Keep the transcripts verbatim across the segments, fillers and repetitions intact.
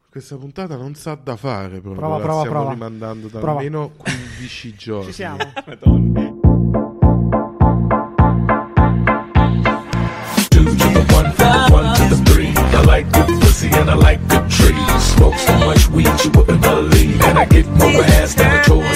Questa puntata non sa da fare proprio. Prova, la prova, stiamo prova. rimandando da Prova. almeno quindici giorni. Ci siamo. Madonna. One to the three. I like good pussy and I like good trees. Smoke so much weed you wouldn't believe. And I get more ass than a toy.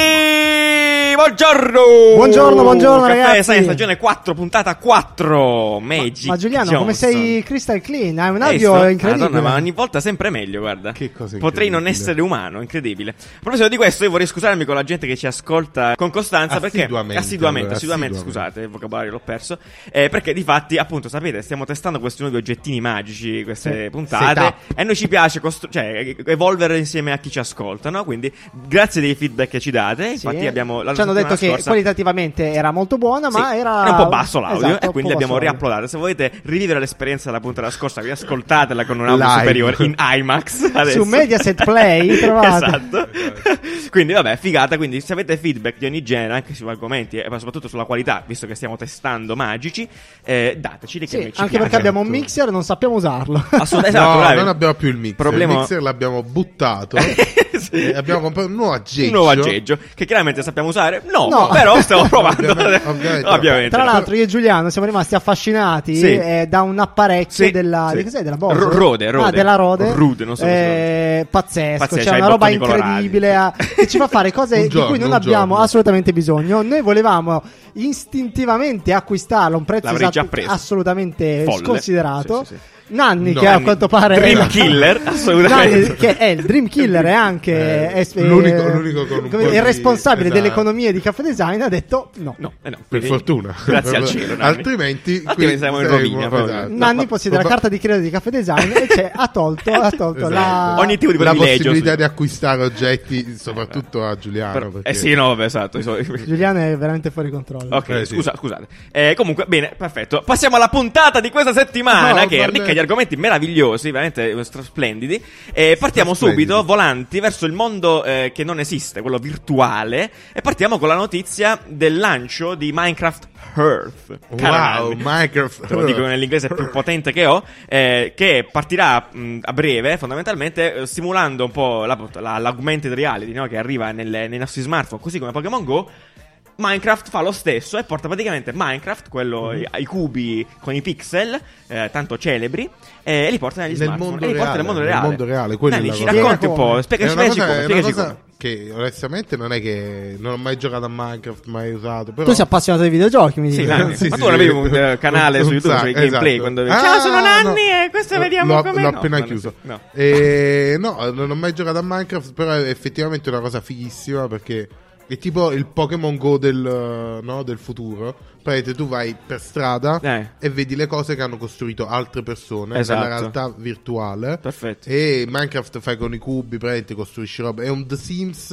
Sì, buongiorno. Buongiorno, buongiorno, Caffè ragazzi. sei, stagione quattro, puntata quattro. Magic Ma Giuliano, Johnson. come sei crystal clean? Hai un Hai audio visto? incredibile. Madonna, ma ogni volta sempre meglio, guarda. Che cosa Potrei non incredibile. essere umano, incredibile. A proposito di questo, io vorrei scusarmi con la gente che ci ascolta con costanza perché Assiduamente, assiduamente, allora, assiduamente, assiduamente. scusate, il vocabolario l'ho perso. Eh, perché di fatti, appunto, sapete, stiamo testando questi nuovi oggettini magici, queste Sì. puntate, Setup. e a noi ci piace costru- cioè, evolvere insieme a chi ci ascolta, no? Quindi grazie dei feedback che ci date. Sì. Infatti abbiamo la ci hanno detto che scorsa, qualitativamente era molto buona, ma sì, era un po' basso l'audio, Esatto, e un quindi po' abbiamo basso l'audio. riuploadato. Se volete rivivere l'esperienza della puntata scorsa, riascoltatela con un audio Live. superiore in IMAX adesso. Su Mediaset Play trovate. Esatto. Quindi vabbè, figata. Quindi se avete feedback di ogni genere, anche su argomenti e soprattutto sulla qualità, visto che stiamo testando magici, eh, dateci che Sì, ci anche piace. perché abbiamo un mixer e non sappiamo usarlo. Assolutamente, esatto, No, bravi. non abbiamo più il mixer. Problema- Il mixer l'abbiamo buttato. Sì. E abbiamo comprato un nuovo aggeggio. Un nuovo aggeggio che chiaramente sappiamo usare. No, No. però stiamo provando. Ovviamente, ovviamente. Ovviamente. Tra l'altro io e Giuliano siamo rimasti affascinati Sì. eh, da un apparecchio Sì, della sì. di cos'è? Della Bose? R- Rode, Rode. Ah, della Rode. Rude, non so come si eh, pazzesco, Pazzesco, c'è c'ha una i roba bottoni incredibile a- che ci fa fare cose Un di giorno, cui non un abbiamo giorno. assolutamente bisogno. Noi volevamo istintivamente acquistarlo a un prezzo L'avrei già esatto- preso. assolutamente Folle. sconsiderato. Sì, sì, sì. Nanni, No, che a Nanni, quanto pare Dream è- Killer, assolutamente. Nanni, che è il Dream Killer e anche Eh, è- è- l'unico- l'unico con un come- po' il di- responsabile esatto. dell'economia di Caffè Design ha detto no. No, eh no, Per quindi- fortuna. Grazie al cielo, Nanni. Altrimenti, Altrimenti qui siamo in saremo- rovina, proprio. esatto. Nanni No, possiede ma- la carta di credito di Caffè Design e c'è, ha tolto, ha tolto Esatto. la... Ogni tipo di la privilegio. possibilità sì. di acquistare oggetti, soprattutto a Giuliano. Però- perché- eh sì, no, vabbè, esatto. i suoi- Giuliano è veramente fuori controllo. Ok, Eh, sì. scusa, scusate. Eh, comunque, bene, perfetto. Passiamo alla puntata di questa settimana, No, che è vabbè. ricca di argomenti meravigliosi, veramente eh, stra- splendidi. E partiamo Splendidi. subito, volanti, verso il mondo eh, che non esiste, quello virtuale. E partiamo con la notizia del lancio di Minecraft Earth. Caro Wow, Nanni. Minecraft. Te lo dico nell'inglese più potente che ho, eh, che partirà mh, a breve, fondamentalmente, eh, simulando un po' la, la, l'augmented reality, no? Che arriva nelle- nei nostri smartphone, così come Pokémon Go. Minecraft fa lo stesso e porta praticamente Minecraft, quello i, i cubi con i pixel, eh, tanto celebri, eh, e li porta negli Nel smartphone. mondo e li porta reale, nel mondo nel reale. mondo reale, quella è Nanni, la ci cosa. racconti un po', Spiega spiegaci, È una spiegaci cosa, come, è una spiegaci cosa come. che onestamente non è che non ho mai giocato a Minecraft, mai usato. Però Tu sei appassionato dei videogiochi, mi Sì, dici? Nanni. Sì, ma sì, tu non avevi sì. un eh, canale Un su YouTube sacco, sui gameplay esatto. quando Ah, ciao, sono Nanni no. e questo vediamo l'ho, come l'ho no, appena non è- chiuso. no. E, no, non ho mai giocato a Minecraft, però è effettivamente una cosa fighissima perché è tipo il Pokémon Go del, no, del futuro. Praticamente tu vai per strada Eh. e vedi le cose che hanno costruito altre persone Esatto. nella realtà virtuale. Perfetto. E Minecraft fai con i cubi, praticamente costruisci roba. È un The Sims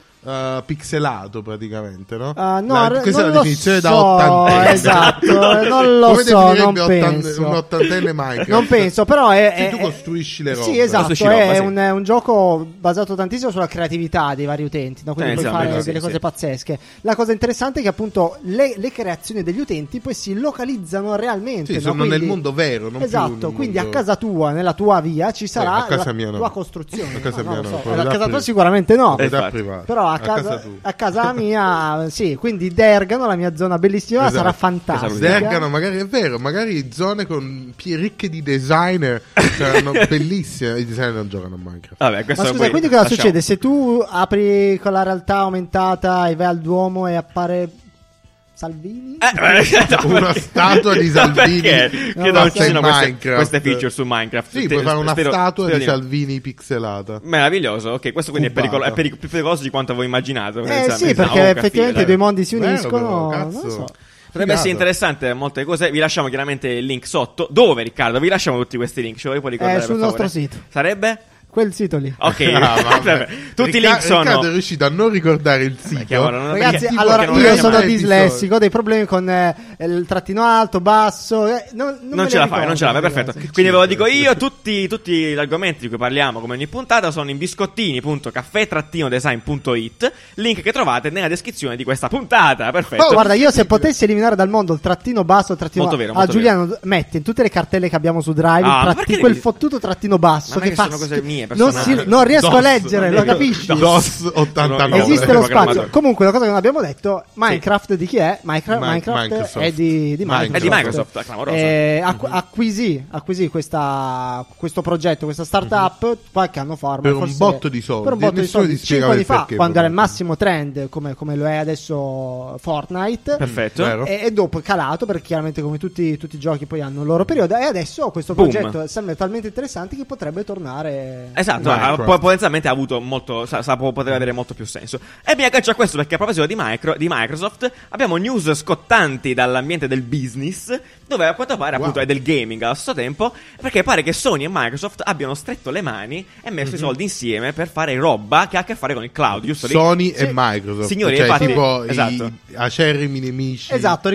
uh, pixelato praticamente, no? Ah, no, La- re- questa non è la lo definizione da so, ottantenne. esatto, non lo Come so, non definirebbe ottan- penso. un ottantenne Minecraft? Non penso, però è... Sì, è- tu è- costruisci le robe. Sì, esatto, Costruisci è, roba, sì. un, è un gioco basato tantissimo sulla creatività dei vari utenti, no? Quindi Eh, puoi insomma, fare sì, delle sì. cose pazzesche. La cosa interessante è che appunto le, le creazioni degli utenti poi si localizzano realmente. Sì, no? sono Quindi- nel mondo vero, non esatto, più nel quindi a mondo- casa tua, nella tua via, ci sarà a casa la mia no. tua costruzione. A casa No, mia non no, lo so. proprietà A casa tua privata. sicuramente no. Proprietà Esatto. privata. Però a casa, tu. a casa mia, sì, quindi Dergano, la mia zona bellissima, Esatto. sarà fantastica. Dergano, magari è vero, magari zone con pie- ricche di designer saranno bellissime. I designer non giocano a Minecraft. Vabbè, questo Ma scusa, poi quindi cosa lasciamo. succede? Se tu apri con la realtà aumentata e vai al Duomo e appare Salvini? Eh, eh, no, Una perché- statua di Salvini Perché? No, Che no, non ci in siano queste, Minecraft. queste feature su Minecraft. Sì, Te- puoi fare una spero- statua spero di no. Salvini pixelata. Meraviglioso, ok, questo quindi è, Cubata. pericolo- è peric- più pericoloso di quanto avevo immaginato. Eh Pensa- sì, pensavo, perché oh, effettivamente capire, i due mondi si Vero, uniscono. però, Non lo cazzo. so. Potrebbe essere Figata. interessante molte cose. Vi lasciamo chiaramente il link sotto. Dove, Riccardo? Vi lasciamo tutti questi link. Ce lo puoi ricordare Eh, sul per favore? nostro sito. Sarebbe? Quel sito lì. Ok, Ah, vabbè. tutti i Ricca- link sono. Riccardo è riuscito a non ricordare il sito. chiamalo, non- Ragazzi, perché- tipo allora che non io riesce sono mai- dislessico, ho dei problemi con eh, il trattino alto, basso. eh, non, non Non me ce le la fai, ricordo, non ce la fai, perfetto. ragazzi. Quindi ve lo cinque, dico io, sì. tutti, tutti gli argomenti di cui parliamo, come ogni puntata, sono in biscottini punto caffè design punto it, link che trovate nella descrizione di questa puntata, perfetto. Oh, guarda, io se potessi eliminare dal mondo il trattino basso, il trattino Molto vero, ah, molto Giuliano mette in tutte le cartelle che abbiamo su Drive Ah, ma il tratti- perché quel devi- fottuto trattino basso Ma non che è che fa sono cose schifo. mie, mie non, personali. si, non riesco DOS, a leggere, lo capisci? DOS ottantanove. Esiste lo spazio. programmatore. Comunque, la cosa che non abbiamo detto, Minecraft di chi è? Minecraft, Mi- Minecraft Microsoft. è di, di Microsoft. È di Microsoft, clamoroso. Eh, acqu- acquisì, acquisì questa, questo progetto, questa startup qualche anno fa. ormai Per un forse- botto di soldi. Per un botto di Nessuno soldi. ti spiega cinque anni il fa, perché, quando era il proprio. massimo trend, come, come lo è adesso Fortnite. Perfetto. Vero. E, e dopo è calato, perché chiaramente come tutti, tutti i giochi poi hanno il loro periodo. E adesso questo Boom. progetto sembra talmente interessante che potrebbe tornare. Esatto, Minecraft. ha- po- potenzialmente ha avuto molto, sa, sa- po- poteva avere molto più senso. E mi aggancio a questo perché a proposito di, Micro, di Microsoft abbiamo news scottanti dall'ambiente del business, dove a quanto pare Wow. appunto è del gaming allo stesso tempo, perché pare che Sony e Microsoft abbiano stretto le mani e messo i soldi insieme per fare roba che ha a che fare con il cloud, giusto? Lì? Sony Sì. e Microsoft. Signori, cioè, infatti- tipo esatto. i acerrimi nemici. Esatto,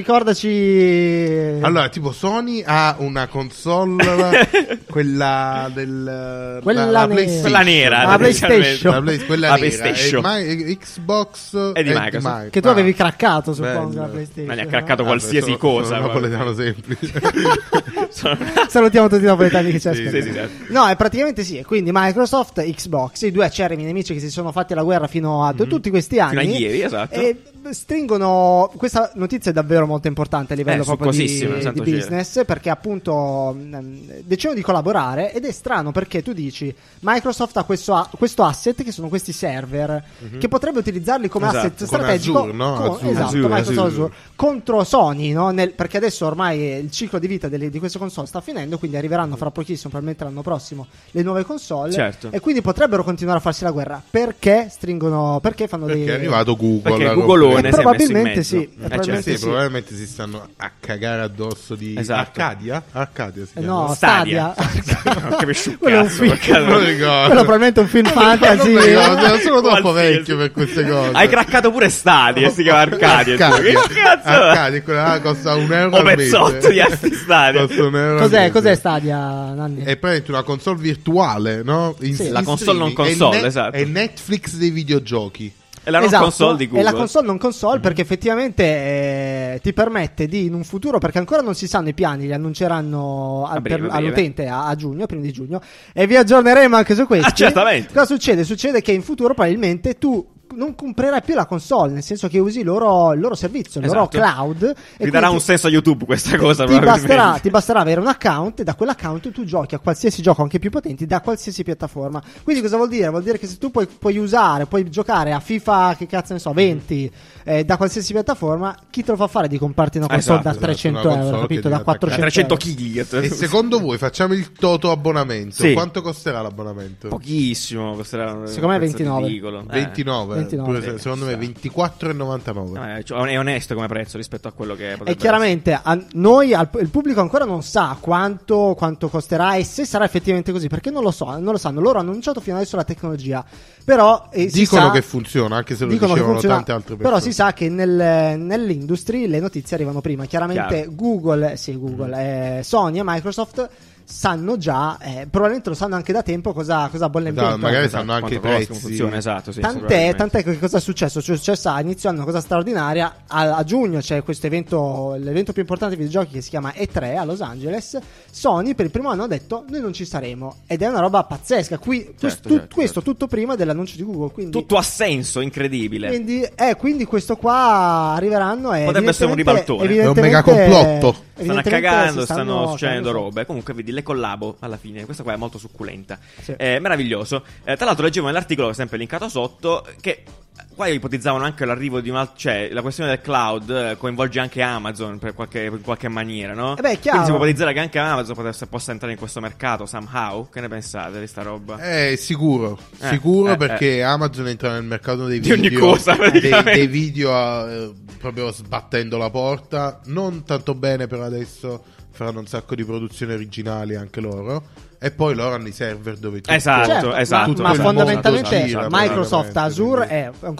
ricordaci. Allora, tipo Sony ha una console, quella del Quella la, la nera. PlayStation. Quella nera, La tendenzialmente. PlayStation. La Play- quella La nera. PlayStation. E mi- Xbox È di è Microsoft. Che tu Ah, avevi craccato, suppongo, bello. la PlayStation. Ma ne ha craccato no? qualsiasi sono- cosa. Sono guarda. napoletano semplice. Sono- Salutiamo tutti i napoletani che ci Sì, ascoltano. sì, sì, sì. No, è praticamente sì. Quindi Microsoft, Xbox, i due acerrimi nemici che si sono fatti la guerra fino a tutti questi anni. Fino a ieri, esatto. E stringono. Questa notizia è davvero molto importante a livello Eh, proprio di, succosissima, di santo cielo. business. Perché appunto mh, decidono di collaborare. Ed è strano perché tu dici Microsoft ha questo, a- questo asset che sono questi server che potrebbe utilizzarli come Esatto, asset con strategico. Azure, no? con- Azure. esatto, Azure, Microsoft Azure. Azure. Contro Sony, no? Nel- perché adesso ormai il ciclo di vita delle- di queste console sta finendo, quindi arriveranno fra pochissimo, probabilmente l'anno prossimo, le nuove console. Certo. E quindi potrebbero continuare a farsi la guerra. Perché stringono? Perché fanno Perché dei. è arrivato Google. Perché la Googleone conferenza. si è messo in Probabilmente mezzo. sì, Eh, eh, certo. probabilmente Sì, sì. probabilmente si stanno a cagare addosso di Esatto. Arcadia? Arcadia si Eh, chiama. no, Stadia. Stadia. Non capisci un Quello è un cazzo, film. per caso. Non ricordo. Quello probabilmente è un film fantasy. Non mi ricordo, sono troppo Qualsiasi. vecchio per queste cose. Hai craccato pure Stadia, si chiama Arcadia. Arcadia. Che cazzo? Arcadia, quella là costa un euro O al mese. pezzotto di altri Stadia. Costa un euro al Cos'è, mese. cos'è Stadia, Nanni? È praticamente una console virtuale, no? In- Sì. in La console non streaming. console, È il esatto. È il Netflix dei videogiochi. È la non Esatto, console di Google. È la console non console perché effettivamente eh, ti permette di in un futuro, perché ancora non si sanno i piani, li annunceranno al- A breve, per- a breve. all'utente a, a giugno, prima di giugno, e vi aggiorneremo anche su questo. Ah, certamente. Cosa succede? Succede che in futuro probabilmente tu non comprerai più la console, nel senso che usi il loro, il loro servizio, il loro Esatto. cloud. Ti e darà quindi un senso a YouTube questa cosa. ti probabilmente. basterà, ti basterà avere un account e da quell'account tu giochi a qualsiasi gioco, anche più potenti, da qualsiasi piattaforma. Quindi cosa vuol dire? Vuol dire che se tu puoi, puoi usare, puoi giocare a FIFA, che cazzo ne so, venti eh, da qualsiasi piattaforma, chi te lo fa fare di comprarti una console Esatto, da trecento esatto, una euro, console che capito? Da ti attacca- Da quattrocento trecento euro. chili. E secondo voi facciamo il toto abbonamento? Sì. Quanto costerà l'abbonamento? Pochissimo. Costerà un Secondo me prezzo ventinove. ridicolo. Eh. ventinove. ventinove. Pure se- secondo me ventiquattro e novantanove. No, è, cioè, è onesto come prezzo rispetto a quello che potrebbe E chiaramente a noi, al- il pubblico ancora non sa quanto, quanto costerà e se sarà effettivamente così, perché non lo so, non lo sanno. Loro hanno annunciato fino adesso la tecnologia, però eh, si Dicono sa- che funziona, anche se lo dicono che dicevano funziona, tante altre persone. però si sa che nel- nell'industry le notizie arrivano prima. Chiaramente Chiaro. Google, sì, Google, eh, Sony e Microsoft sanno già, eh, probabilmente lo sanno anche da tempo cosa, cosa bolle in Esatto, pentola. magari Esatto, sanno anche i quanto costa, prezzi. come funziona, esatto, sì, Tant'è, sicuramente. tant'è che cosa è successo? Cioè, è successo a inizio anno una cosa straordinaria. A, a giugno c'è questo evento, l'evento più importante dei videogiochi che si chiama E tre a Los Angeles. Sony per il primo anno ha detto noi non ci saremo. Ed è una roba pazzesca. Qui, Certo, questo, certo, questo certo. tutto prima dell'annuncio di Google. Quindi, Tutto ha senso, incredibile. quindi, eh, quindi questo qua arriveranno e Potrebbe essere un evidentemente- ribaltone. È un evidentemente- mega complotto. Stanno evidentemente cagando, si stanno succedendo stanno- robe. Comunque, vedi, le collabo alla fine. Questa qua è molto succulenta. Sì. Eh, meraviglioso. Eh, tra l'altro, leggevo nell'articolo, sempre linkato sotto, che qua ipotizzavano anche l'arrivo di un altro. Cioè, la questione del cloud eh, coinvolge anche Amazon per qualche, in qualche maniera, no? Eh beh, è chiaro. Quindi si può ipotizzare che anche Amazon potesse, possa entrare in questo mercato somehow. Che ne pensate di sta roba? Eh, sicuro, Eh, sicuro eh, perché eh. Amazon entra nel mercato dei Di ogni video, cosa, dei, praticamente. dei video eh, proprio sbattendo la porta. Non tanto bene per adesso, faranno un sacco di produzioni originali anche loro. E poi loro hanno i server dove tutto, Esatto, Certo, esatto. ma, tutto ma il fondamentalmente mondo gira, Microsoft praticamente, Azure quindi- è un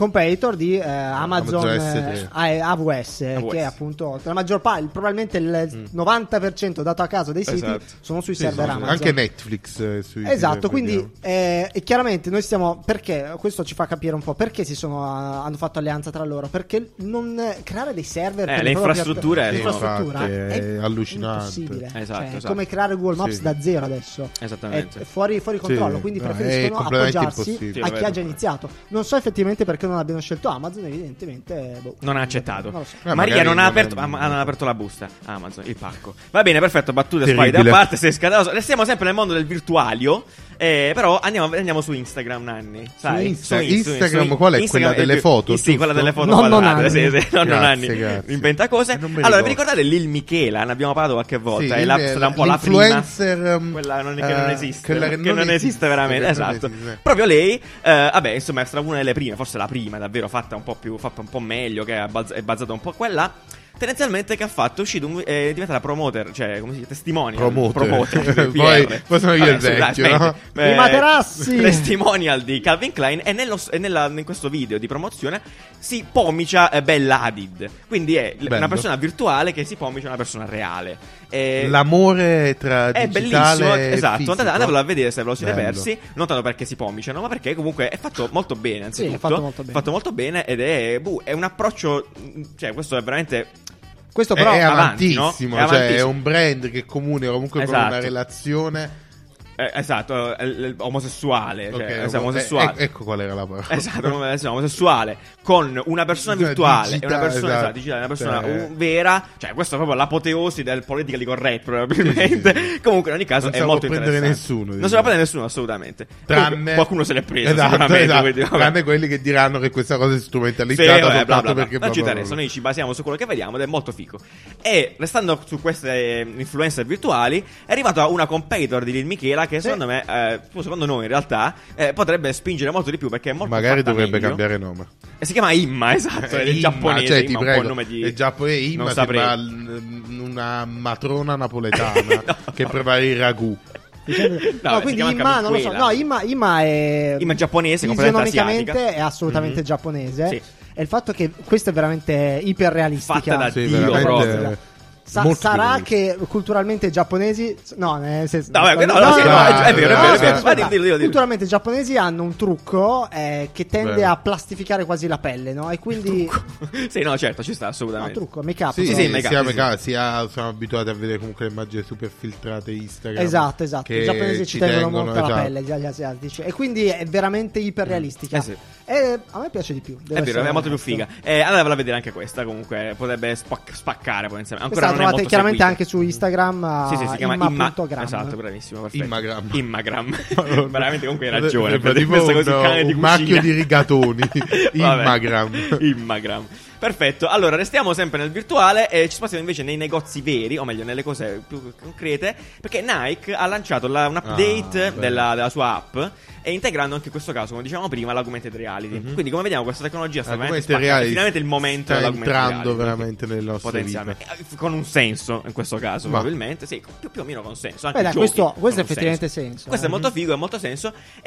competitor di eh, Amazon, Amazon S eh, tre. A V S, A V S. che è appunto la maggior parte, probabilmente il Mm. novanta per cento dato a caso dei siti Esatto. sono sui Sì, server sì, Amazon. anche Netflix eh, sui Esatto, siti, quindi vediamo. eh, e chiaramente noi stiamo, perché questo ci fa capire un po' perché si sono ah, hanno fatto alleanza tra loro, perché non eh, creare dei server Eh, per le proprie infrastrutture piatta- sono- l'infrastruttura infatti, è è allucinante. impossibile. Esatto, Cioè, è esatto. come creare Google Maps Sì. da zero adesso. Esattamente. È, è fuori, fuori controllo, Sì, quindi no, è preferiscono completamente appoggiarsi impossibile. Sì, a lo chi vedo. ha già iniziato. Non so effettivamente perché non abbiano scelto Amazon, evidentemente boh, Non ha accettato. non lo so. Eh, Maria magari non ha non- aperto, ah, ma- hanno aperto la busta. Amazon, il pacco. Va bene, perfetto. Battute Terribile. sparite a parte. Sei scatato. Restiamo sempre nel mondo del virtualio. Eh, però andiamo, andiamo su Instagram, Nanni. Sai? Insta- Su Insta- Instagram, su- quale è? Instagram Quella delle più- foto, Sì, quella giusto? delle foto Nonno quadrate. Nanni. Sì, sì, nonno Grazie, Nanni. grazie. Inventa cose. Eh, non mi Allora, vi ricordo. ricordate Lil Michela? Ne abbiamo parlato qualche volta. Sì, è la, il- stata un po' la prima. l'influencer, um, Quella non, che non eh, esiste. quella che, che non, non esiste, esiste, veramente. che non Esatto. esiste. Proprio lei, eh, vabbè, insomma, è stata una delle prime, forse la prima, davvero fatta un po' più, fatta un po' meglio, che è balz- è balzata un po' quella. Tendenzialmente che ha fatto, è uscito un, è diventata promoter, cioè come si dice, testimonial. Promoter. promoter Poi- P R. poi sono io il Vabbè, vecchio, scusa, no? aspetta. I materassi! Testimonial di Calvin Klein e, nello, e nella, in questo video di promozione si pomicia eh, Bella Hadid. Quindi è l- Bello. una persona virtuale che si pomicia una persona reale. E- L'amore tra è digitale bellissimo, e esatto. fisico. Andate, andatelo a vedere se ve lo siete Bello. persi. Non tanto perché si pomiciano, ma perché comunque è fatto molto bene. Sì, è Anzitutto, fatto molto bene. fatto molto bene ed è, buh, è un approccio. Cioè, questo è veramente. Questo È, però è avanti, avantissimo, no? È cioè avantissimo. è un brand che comunica comunque con Esatto. una relazione. Eh, esatto, è- è omosessuale. Cioè, Ok, esatto, eh, omosessuale. ecco qual era la parola. Esatto, eh, sì, omosessuale con una persona Esatto, virtuale e digitale, una persona esatto. esatto, digitale, una persona Cioè- uh, vera, cioè questo è proprio l'apoteosi del politically correct probabilmente. Sì, sì, sì. Comunque in ogni caso Non è se la molto può prendere interessante. nessuno, Non diciamo. se la prende nessuno assolutamente. Tranne Comunque, qualcuno se l'è preso Esatto, sicuramente, esatto. quindi, vabbè. Tranne quelli che diranno che questa cosa è Sì, strumentalizzata vabbè, soltanto bla, bla, bla. perché Non ci bla, bla, interessa, bla. noi ci basiamo su quello che vediamo ed è molto figo. E restando su queste eh, influencer virtuali, è arrivata una competitor di Lil Michela che secondo me, eh, secondo noi in realtà, eh, potrebbe spingere molto di più perché è molto Magari fatta dovrebbe meglio. cambiare nome. E si chiama Imma, esatto, è Eh, Imma, giapponese, cioè, Imma, ti un po' prego, il nome di... è giapponese. Imma non sembra saprei. l- una matrona napoletana No. che prepara il ragù. Dicendo- No, no, si quindi chiama Imma non lo so. Capiquela. No, Imma, Imma è Imma è giapponese, completamente fisionomicamente asiatica. è assolutamente Mhm. giapponese. Sì. E il fatto che questa è veramente iperrealistica. Fatta da Sì, Dio veramente, proprio. Sa- molto sarà figo. che culturalmente giapponesi no, nel senso, No, vabbè, no, no, no, no, sì, no, no, no, è vero, è vero, è no, vero. aspetta, Vai, aspetta. dillo, dillo, dillo. Culturalmente i giapponesi hanno un trucco eh, che tende Vero. a plastificare quasi la pelle, no? E quindi Sì, no, certo, ci sta no, assolutamente. trucco, make up. Sì, Sì, sì, sì, make up, sia sì, make up, sia siamo abituati a vedere comunque le immagini super filtrate Instagram. Esatto, esatto. che I giapponesi ci tengono, molto alla esatto. pelle, gli gli asiatici. E quindi è veramente iperrealistica. Eh sì. E a me piace di più. devo È vero, essere è molto più onesto. figa. Eh, andatevela a vedere anche questa. Comunque, potrebbe spac- spaccare poi insieme. Ancora Questa la non è trovate molto chiaramente seguita. anche su Instagram. a Sì, sì, si chiama imma Imma. punto gram. Esatto, bravissimo. Perfetto. Immagram. Immagram. Veramente, comunque hai ragione. Sembra per tipo questo così un, cane di un macchio cucina. di rigatoni. Vabbè. Immagram. Immagram. Perfetto, allora restiamo sempre nel virtuale e ci spostiamo invece nei negozi veri, o meglio nelle cose più concrete, perché Nike ha lanciato la- un update Ah, bello. della, della sua app e integrando anche in questo caso, come dicevamo prima, l'augmented reality. Mhm. Quindi come vediamo questa tecnologia sta veramente Augmented spaccando, reality finalmente il momento sta dell'augmented entrando reality. veramente nelle nostre Potenzialmente. Eh, Con un senso in questo caso, Ma- probabilmente. Sì, più, più o meno con senso. Anche Beh, dai, i giochi questo, con questo un effettivamente senso. Questo eh. è molto figo, ha molto senso.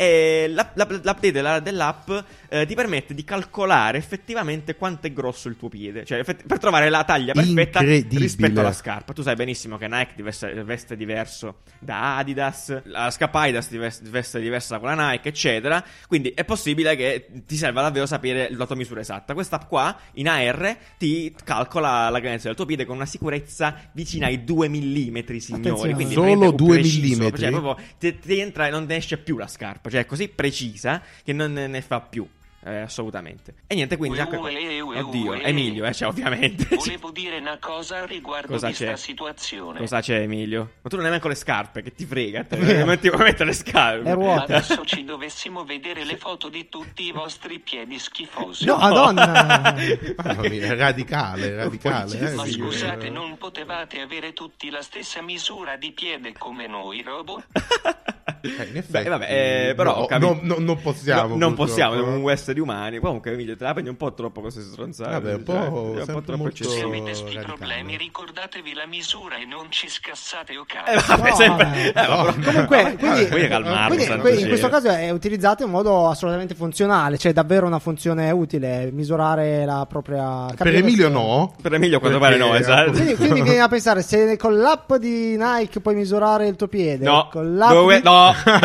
E la- la- l'update della- dell'app eh, ti permette di calcolare effettivamente quanto è grosso il tuo piede. Cioè, effetti- per trovare la taglia perfetta Incredibile. rispetto alla scarpa. Tu sai benissimo che Nike veste, veste diverso da Adidas, la scarpa Adidas ti veste, veste diversa da quella Nike, eccetera. Quindi è possibile che ti serva davvero sapere la tua misura esatta. Questa app qua, in A R, ti calcola la grandezza del tuo piede con una sicurezza vicina ai due millimetri, signori. Attenzione. Quindi Solo veramente due preciso. millimetri? Cioè, proprio ti, ti entra e non ne esce più la scarpa. Cioè, è così precisa che non ne ne fa più. Eh, assolutamente. E niente, quindi anche... Ue, ue, ue, Oddio, ue. Emilio, eh, cioè, ovviamente. Volevo dire una cosa riguardo Cosa questa c'è? situazione. Cosa c'è, Emilio? Ma tu non hai neanche le scarpe, che ti frega. Te. vero. Non ti puoi mettere le scarpe. Le ruote. Adesso ci dovessimo vedere le foto di tutti i vostri piedi schifosi. No, madonna. Mamma mia, radicale, radicale. eh, Ma sì, scusate, eh. non potevate avere tutti la stessa misura di piede come noi, robot? Eh, in effetti, Beh, vabbè, eh, però no, ho capito- no, no, non possiamo. No, non purtroppo. possiamo, siamo un West di umani. Comunque, Emilio, te la prendi un po' troppo queste stronzate. Vabbè, un po', cioè, è un sempre po' troppo molto- Se eccessivo. avete sti radicale. problemi, ricordatevi la misura e non ci scassate o Eh, cazzo. vabbè, No, sempre. vabbè. Eh, ma però- Comunque, vabbè, quindi, puoi calmarlo, quindi- santo quindi in cielo. questo caso è utilizzato in modo assolutamente funzionale, cioè davvero una funzione utile, misurare la propria. Per capire Emilio se- no. Per Emilio, a quanto Perché, pare, no, esatto. Quindi, quindi vieni a pensare, se con l'app di Nike puoi misurare il tuo piede, No, con l'app dove, di- no, no,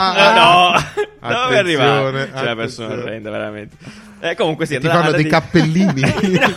no, no. Dove arriva? Attenzione, C'è la persona attenzione. orrenda, veramente. Eh, comunque sì, Ti andate- fanno dei andate- cappellini. No,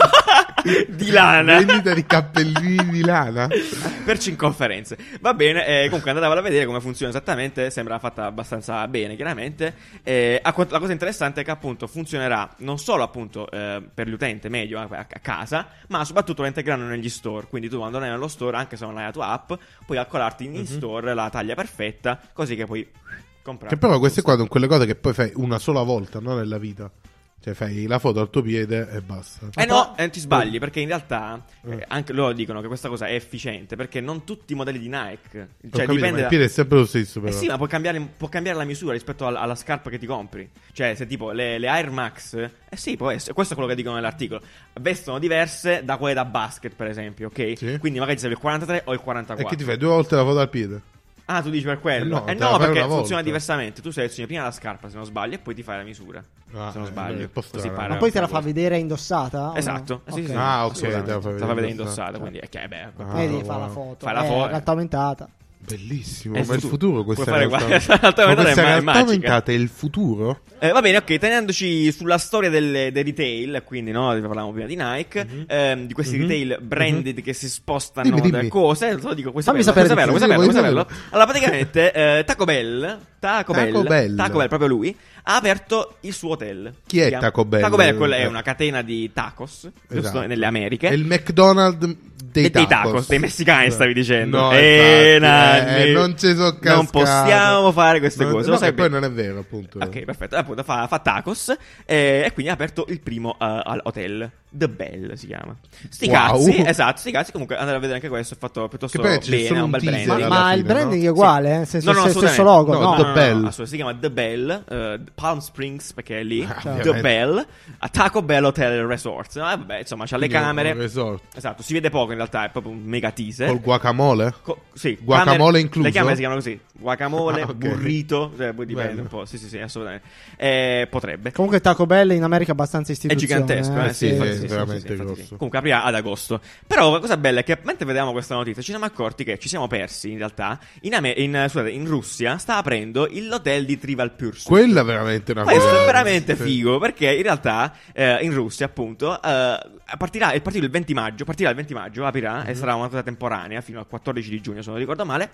di lana. Vendita di cappellini di lana. Per circonferenze. Va bene, eh, comunque andate a vedere come funziona esattamente, sembra fatta abbastanza bene, chiaramente. Eh, a quanto- la cosa interessante è che appunto funzionerà non solo appunto eh, per l'utente medio a, a casa, ma soprattutto la integreranno negli store, quindi tu quando vai nello store, anche se non hai la tua app, puoi calcolarti in store la taglia perfetta, così che puoi comprare. Che però queste qua sono quelle cose che poi fai una sola volta, no? Nella vita. Cioè fai la foto al tuo piede e basta. Eh no, eh, ti sbagli, perché in realtà eh, anche loro dicono che questa cosa è efficiente, perché non tutti i modelli di Nike, Ho cioè capito, dipende ma il da... piede è sempre lo stesso Eh però. sì, ma può cambiare, può cambiare la misura rispetto al- alla scarpa che ti compri. Cioè, se tipo le, le Air Max, eh sì, può essere. Questo è quello che dicono nell'articolo. Vestono diverse da quelle da basket, per esempio, ok? Sì. Quindi magari ti serve il quarantatré o il E quarantaquattro. che ti fai due volte la foto al piede? Ah, tu dici per quello? Eh no, Eh te la no, fai perché una volta. funziona diversamente. Tu selezioni prima la scarpa, se non sbaglio, e poi ti fai la misura. Ah, se non eh, sbaglio. è un po' Così strano. pare Ma poi te la fa cosa. vedere indossata? o no? Esatto. Eh sì, sì, sì. Ah, ok, Assolutamente. te la fa Te la fa vedere vedere indossata, quindi è che eh, beh, Ah, Vedi, wow. fa la foto. Fai la Eh, foto. realtà aumentata. Bellissimo, È il ma il futuro. futuro questa Puoi fare realtà, guarda, realtà ma aumentata questa è ma- è realtà magica. aumentata è il futuro? Eh, va bene, ok, tenendoci sulla storia del, del retail, quindi no, parlavamo prima di Nike, ehm, di questi Mhm. retail branded che si spostano Dimmi, da dimmi. cose, te lo dico, questo Fammi bello, questo sapere bello, di questo più. bello, Sì, questo voglio bello. Allora, praticamente, eh, Taco Bell, Taco, Taco Bell, Bell. Taco Bell, proprio lui, ha aperto il suo hotel. Chi è Si chiama- Taco Bell? Taco Bell è, quella- è Eh. una catena di tacos, giusto, Esatto. nelle Americhe. È il McDonald's dei, Dei tacos, dei messicani, stavi dicendo. No, Eh, infatti, Nanni. eh, non ci sono cascato. Non possiamo fare queste Non- cose, no, lo sai che poi bene. non è vero, appunto. Ok, perfetto. Appunto, fa, fa tacos eh, e quindi ha aperto il primo uh, al hotel. The Bell si chiama. Sti Wow. cazzi, esatto, sti cazzi. Comunque andate a vedere anche questo. È fatto piuttosto Che poi c'è bene. solo È un un bel teaser branding. alla Ma il fine, branding no? è uguale, eh? Nel senso, No, no, se- assolutamente. stesso logo, No, no? The no, no, Bell. assolutamente. Si chiama The Bell, eh, Palm Springs perché è lì. Ah, The ovviamente. Bell, a Taco Bell Hotel Resort. No, eh, vabbè, insomma, c'ha le Quindi camere. un resort. Esatto, si vede poco in realtà, è proprio un mega teaser. Col guacamole? Co- sì, Guacamole camere- incluso? Le camere si chiamano così: guacamole, Ah, ok. burrito. Cioè, poi dipende Bello. un po'. Sì, sì, sì, assolutamente. Eh, potrebbe. Comunque Taco Bell in America è abbastanza È istituzione. gigantesco, eh, eh, sì, sì, infatti, è sì, sì, veramente sì, sì, infatti grosso. sì. Comunque aprirà ad agosto. Però la cosa bella è che mentre vedevamo questa notizia ci siamo accorti che ci siamo persi in realtà. In, Ame- in, eh, scusate, in Russia sta aprendo l'hotel di Trivial Pursuit. Quella è veramente una Questo cosa. è veramente Sì. figo perché in realtà eh, in Russia appunto eh, partirà, è partito il venti maggio, partirà il venti maggio, aprirà Mhm. e sarà una cosa temporanea fino al quattordici di giugno se non ricordo male.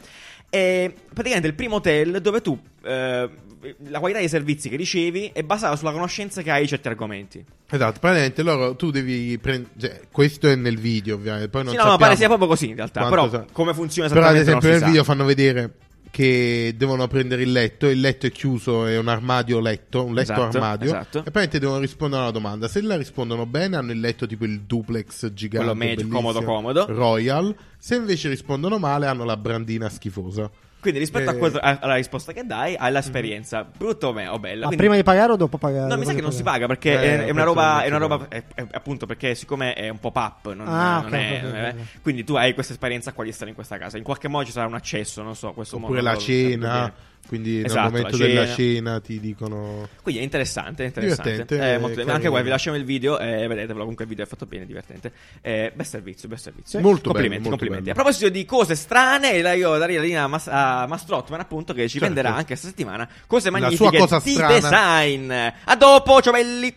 E praticamente il primo hotel dove tu eh, la qualità dei servizi che ricevi è basata sulla conoscenza che hai di certi argomenti. Esatto, praticamente loro tu devi prendere. Questo è nel video, ovviamente. Poi non Sì, no, no, sappiamo pare sia proprio così in realtà. quanto Però sa- come funziona Però ad esattamente esempio non nel si video sa. fanno vedere che devono prendere il letto, il letto è chiuso, è un armadio letto, un letto Esatto, armadio, esatto. e praticamente devono rispondere a una domanda. Se la rispondono bene hanno il letto tipo il duplex gigante, Quello medio, bellissimo, comodo, comodo. Royal. Se invece rispondono male hanno la brandina schifosa. Quindi rispetto a Eh. quello- a- alla risposta che dai, hai l'esperienza brutta o, me- o bella. Ma Quindi- prima di pagare o dopo pagare? No, mi sa che non si paga perché Eh, è, è una penso roba, che è una non si roba è- è- appunto perché siccome è un pop-up, non, Ah, non ok, è, ok, non ok, è- ok. quindi tu hai questa esperienza qua di stare in questa casa. In qualche modo ci sarà un accesso, non so, questo Oppure modo la lo- lo saprei cena, bene. quindi Esatto, nel momento la della cena. cena ti dicono... Quindi è interessante, è interessante. Divertente, Eh, molto- carino. anche qua vi lasciamo il video e vedetevelo, comunque il video è fatto bene, divertente. Eh, bel servizio, bel servizio. Molto complimenti, bello, molto complimenti. bello. A proposito di cose strane, la- io darei la linea a, Mas- a Mastrotman appunto che ci Certo. venderà anche questa settimana cose La magnifiche sua cosa di strana. design. A dopo, ciao belli!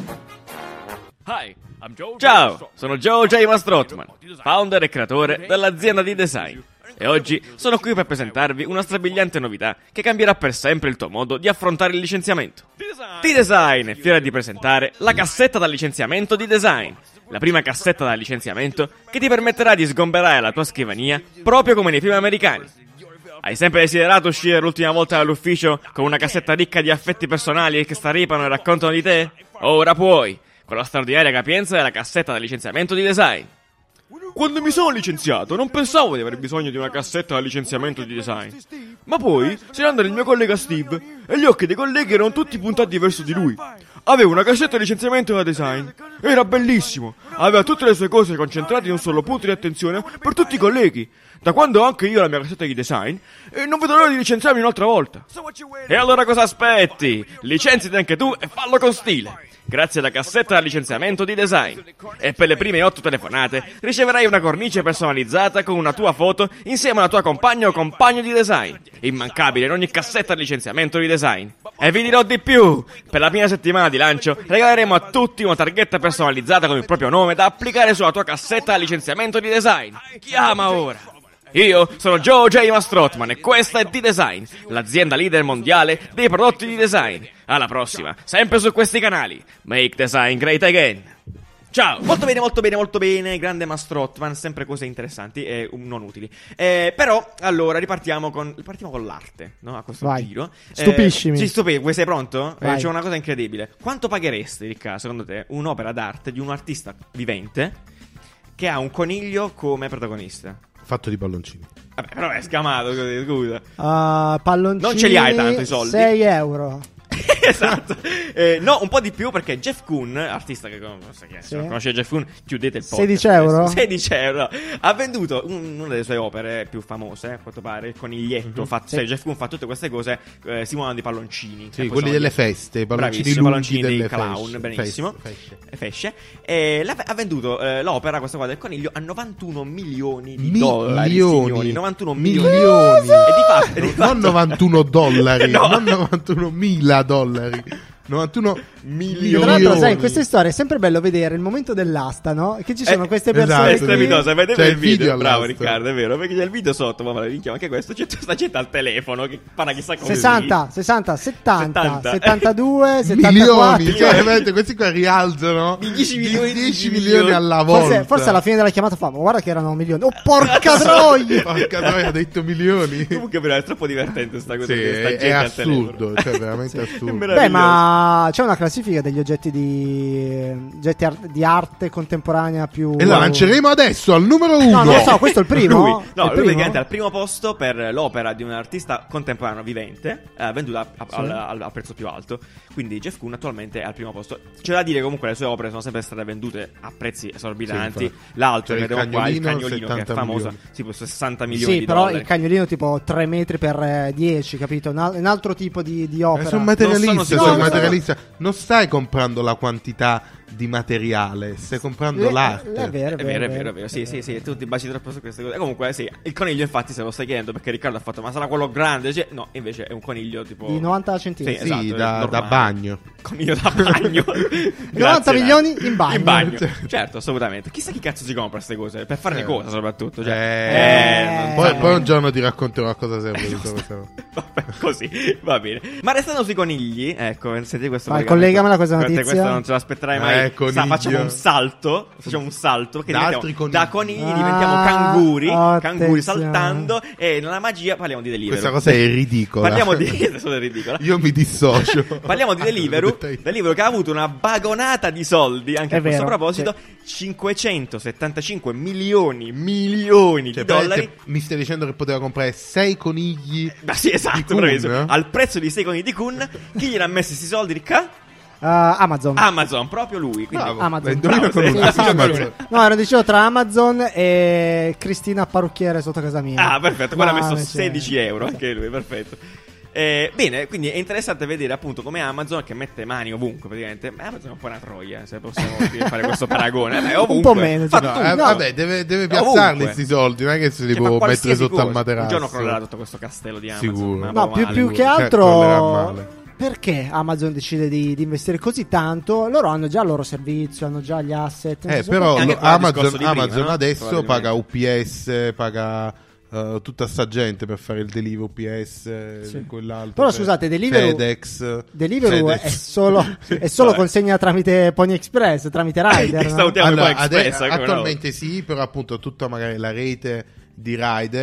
Hi, I'm Joe Ciao, sono Joe J. Mastrotman, founder e creatore dell'azienda di design. E oggi sono qui per presentarvi una strabiliante novità che cambierà per sempre il tuo modo di affrontare il licenziamento. T-Design è fiera di presentare la cassetta da licenziamento di Design, la prima cassetta da licenziamento che ti permetterà di sgomberare la tua scrivania proprio come nei film americani. Hai sempre desiderato uscire l'ultima volta dall'ufficio con una cassetta ricca di affetti personali che staripano e raccontano di te? Ora puoi, con la straordinaria capienza della cassetta da licenziamento di Design. Quando mi sono licenziato non pensavo di aver bisogno di una cassetta da licenziamento di design. Ma poi si andò il mio collega Steve e gli occhi dei colleghi erano tutti puntati verso di lui. Aveva una cassetta di licenziamento da design. Era bellissimo. Aveva tutte le sue cose concentrate in un solo punto di attenzione per tutti i colleghi. Da quando ho anche io la mia cassetta di design, e non vedo l'ora di licenziarmi un'altra volta. E allora cosa aspetti? Licenziati anche tu e fallo con stile. Grazie alla cassetta da licenziamento di design. E per le prime otto telefonate riceverai una cornice personalizzata con una tua foto insieme alla tua compagna o compagno di design. Immancabile in ogni cassetta di licenziamento di design. E vi dirò di più. Per la prima settimana di lancio regaleremo a tutti una targhetta personalizzata con il proprio nome da applicare sulla tua cassetta da licenziamento di design. Chiama ora. Io sono Joe J. Mastrotman e questa è D-Design, l'azienda leader mondiale dei prodotti di design. Alla prossima, sempre su questi canali. Make design great again. Ciao. Molto bene, molto bene, molto bene. Grande Mastrotman, sempre cose interessanti e um, non utili. Eh, però, allora, ripartiamo con partiamo con l'arte, no? A questo Vai. giro. Stupiscimi. Eh, sì, stupisci. Vuoi sei pronto? Eh, Vai. c'è una cosa incredibile. Quanto pagheresti, Riccardo, secondo te, un'opera d'arte di un artista vivente che ha un coniglio come protagonista? Fatto di palloncini. Vabbè, però è scamato, scusa. Uh, palloncini. Non ce li hai tanto i soldi. sei euro. Esatto. Eh, no, un po' di più perché Jeff Koons, artista che non so chi è, Sì. se non conosce Jeff Koons, chiudete il podcast. sedici euro? sedici euro. Ha venduto un- una delle sue opere più famose, a quanto pare, il coniglietto. Mhm. fatto, Sì. cioè, Jeff Koons fa tutte queste cose eh, simulando i palloncini. Sì, E poi quelli sono delle gli- feste, i palloncini Bravissimo, lunghi palloncini dei delle clown, fesce. benissimo. Feste, fesce. E fesce. E l'ha- ha venduto eh, l'opera, questa qua del coniglio, a novantuno milioni di dollari. Milioni. Signori, novantuno milioni. Milioni. E di fatto, e di Non fatto- novantuno dollari, No. non novantuno mila dollari, novantuno milioni. Tra l'altro, sai, in queste storie è sempre bello vedere il momento dell'asta, no? Che ci sono Eh, queste esatto. persone. È qui- strepitosa, vedete C'è il il video, video bravo all'asta. Riccardo, è vero, perché c'è il video sotto, ma la minchia, ma anche questo, c'è sta gente al telefono che parla chissà come. sessanta, sessanta, settanta, settanta. settantadue, settantaquattro. Milioni, cioè veramente questi qua rialzano Di dieci milioni di dieci milioni. milioni alla volta. Forse, forse alla fine della chiamata fa, ma guarda che erano milioni. Oh, porca troia! Porca troia, ha detto milioni. Comunque però è troppo divertente sta cosa Sì, che sta è, gente è al telefono. assurdo, cioè veramente assurdo. meraviglioso. Beh, ma c'è una classifica degli oggetti di oggetti ar- di arte contemporanea più. E la lanceremo adesso al numero uno. No, non lo so, questo è il primo. Lui, È no, il lui primo? praticamente è al primo posto per l'opera di un artista contemporaneo vivente, eh, venduta a- a- Sì. al, al- al prezzo più alto. Quindi Jeff Koons attualmente è al primo posto. C'è da dire comunque le sue opere sono sempre state vendute a prezzi esorbitanti. Sì, infatti. L'altro Cioè, che il vedevo qua, il cagnolino, cagnolino che è settanta famoso, milioni. tipo sessanta milioni Sì, di però dollari. il cagnolino tipo tre metri per eh, dieci, capito? Un, al- un altro tipo di, di Eh, opera. sono Non sono materialista, sicuro. sono No, no, materialista. Non stai comprando la quantità di materiale, stai comprando Le- l'arte. è vero, È vero, è vero, è vero. Sì, sì, sì, tu ti baci troppo su queste cose. Comunque, sì, il coniglio, infatti, se lo stai chiedendo perché Riccardo ha fatto, ma sarà quello grande? Cioè, no, invece è un coniglio tipo. Di novanta centimetri. Sì, Sì, esatto, da, normale. da bagno. Coniglio da bagno. novanta Grazie, milioni dai. in bagno. In bagno. Certo, assolutamente. Chissà chi cazzo si compra queste cose. Per farne Eh. cosa, soprattutto. Cioè, Eh. non Poi, sanno- poi un giorno ti racconterò a cosa serve tutta questa cosa. Vabbè, così, va bene. Ma restando sui conigli, ecco, senti questo Vai, collegamento. collegamela questa Guarda, notizia. Questa non ce l'aspetterai mai. Eh, coniglio. Sa, facciamo un salto. Facciamo un salto. Perché Da diventiamo- altri conigli. da conigli Ah, diventiamo canguri. Canguri attenzione. saltando. E nella magia parliamo di Deliveroo. Questa cosa è ridicola. Parliamo di. Adesso è ridicola. Io mi dissocio. Parliamo di Deliveroo, Deliveroo che ha avuto una vagonata di soldi anche È a questo vero, proposito, cinquecentosettantacinque milioni milioni Cioè, di dollari. praticamente mi stai dicendo che poteva comprare sei conigli. Ma sì, di esatto, Kun, bravissimo. eh? Al prezzo di sei conigli di Kun, chi gliel'ha messi questi soldi, Ricca? Uh, Amazon. Amazon, proprio lui. Quindi Bravo. Amazon. L'hai indovinato Bravo, con sì, un sì, sì, Amazon. No, ero deciso tra Amazon e Cristina Parrucchiere sotto casa mia. Ah, perfetto, quello ha Ma messo c'è- sedici euro, anche lui, perfetto. Eh, bene, quindi è interessante vedere appunto come Amazon, che mette mani ovunque praticamente. Ma Amazon è un po' una troia, se possiamo dire, fare questo paragone. Beh, ovunque. Un po' meno, Fa sì. No, tutto. eh, vabbè, deve, deve Ovunque. piazzarli questi soldi, non è che se li Cioè, fa può mettere qualsiasi sotto cosa. al materasso. Un giorno crollerà tutto questo castello di Amazon. Sicuro. ma No, proprio più, male. più che Cioè, crollerà altro. male. Perché Amazon decide di, di investire così tanto? Loro hanno già il loro servizio, hanno già gli asset. non Eh, so però E anche lo- qua il Amazon, discorso di prima, Amazon no? adesso Probabilmente. paga U P S, paga eh, tutta sta gente per fare il delivery U P S, Sì. quell'altro. Però per- scusate, Deliveroo- FedEx. Deliveroo FedEx. è solo, è solo Vabbè. consegna tramite Pony Express, tramite Rider. Stavo no? Chiamo Allora, Pony ade- Express, come no? attualmente sì, però appunto tutta magari la rete di rider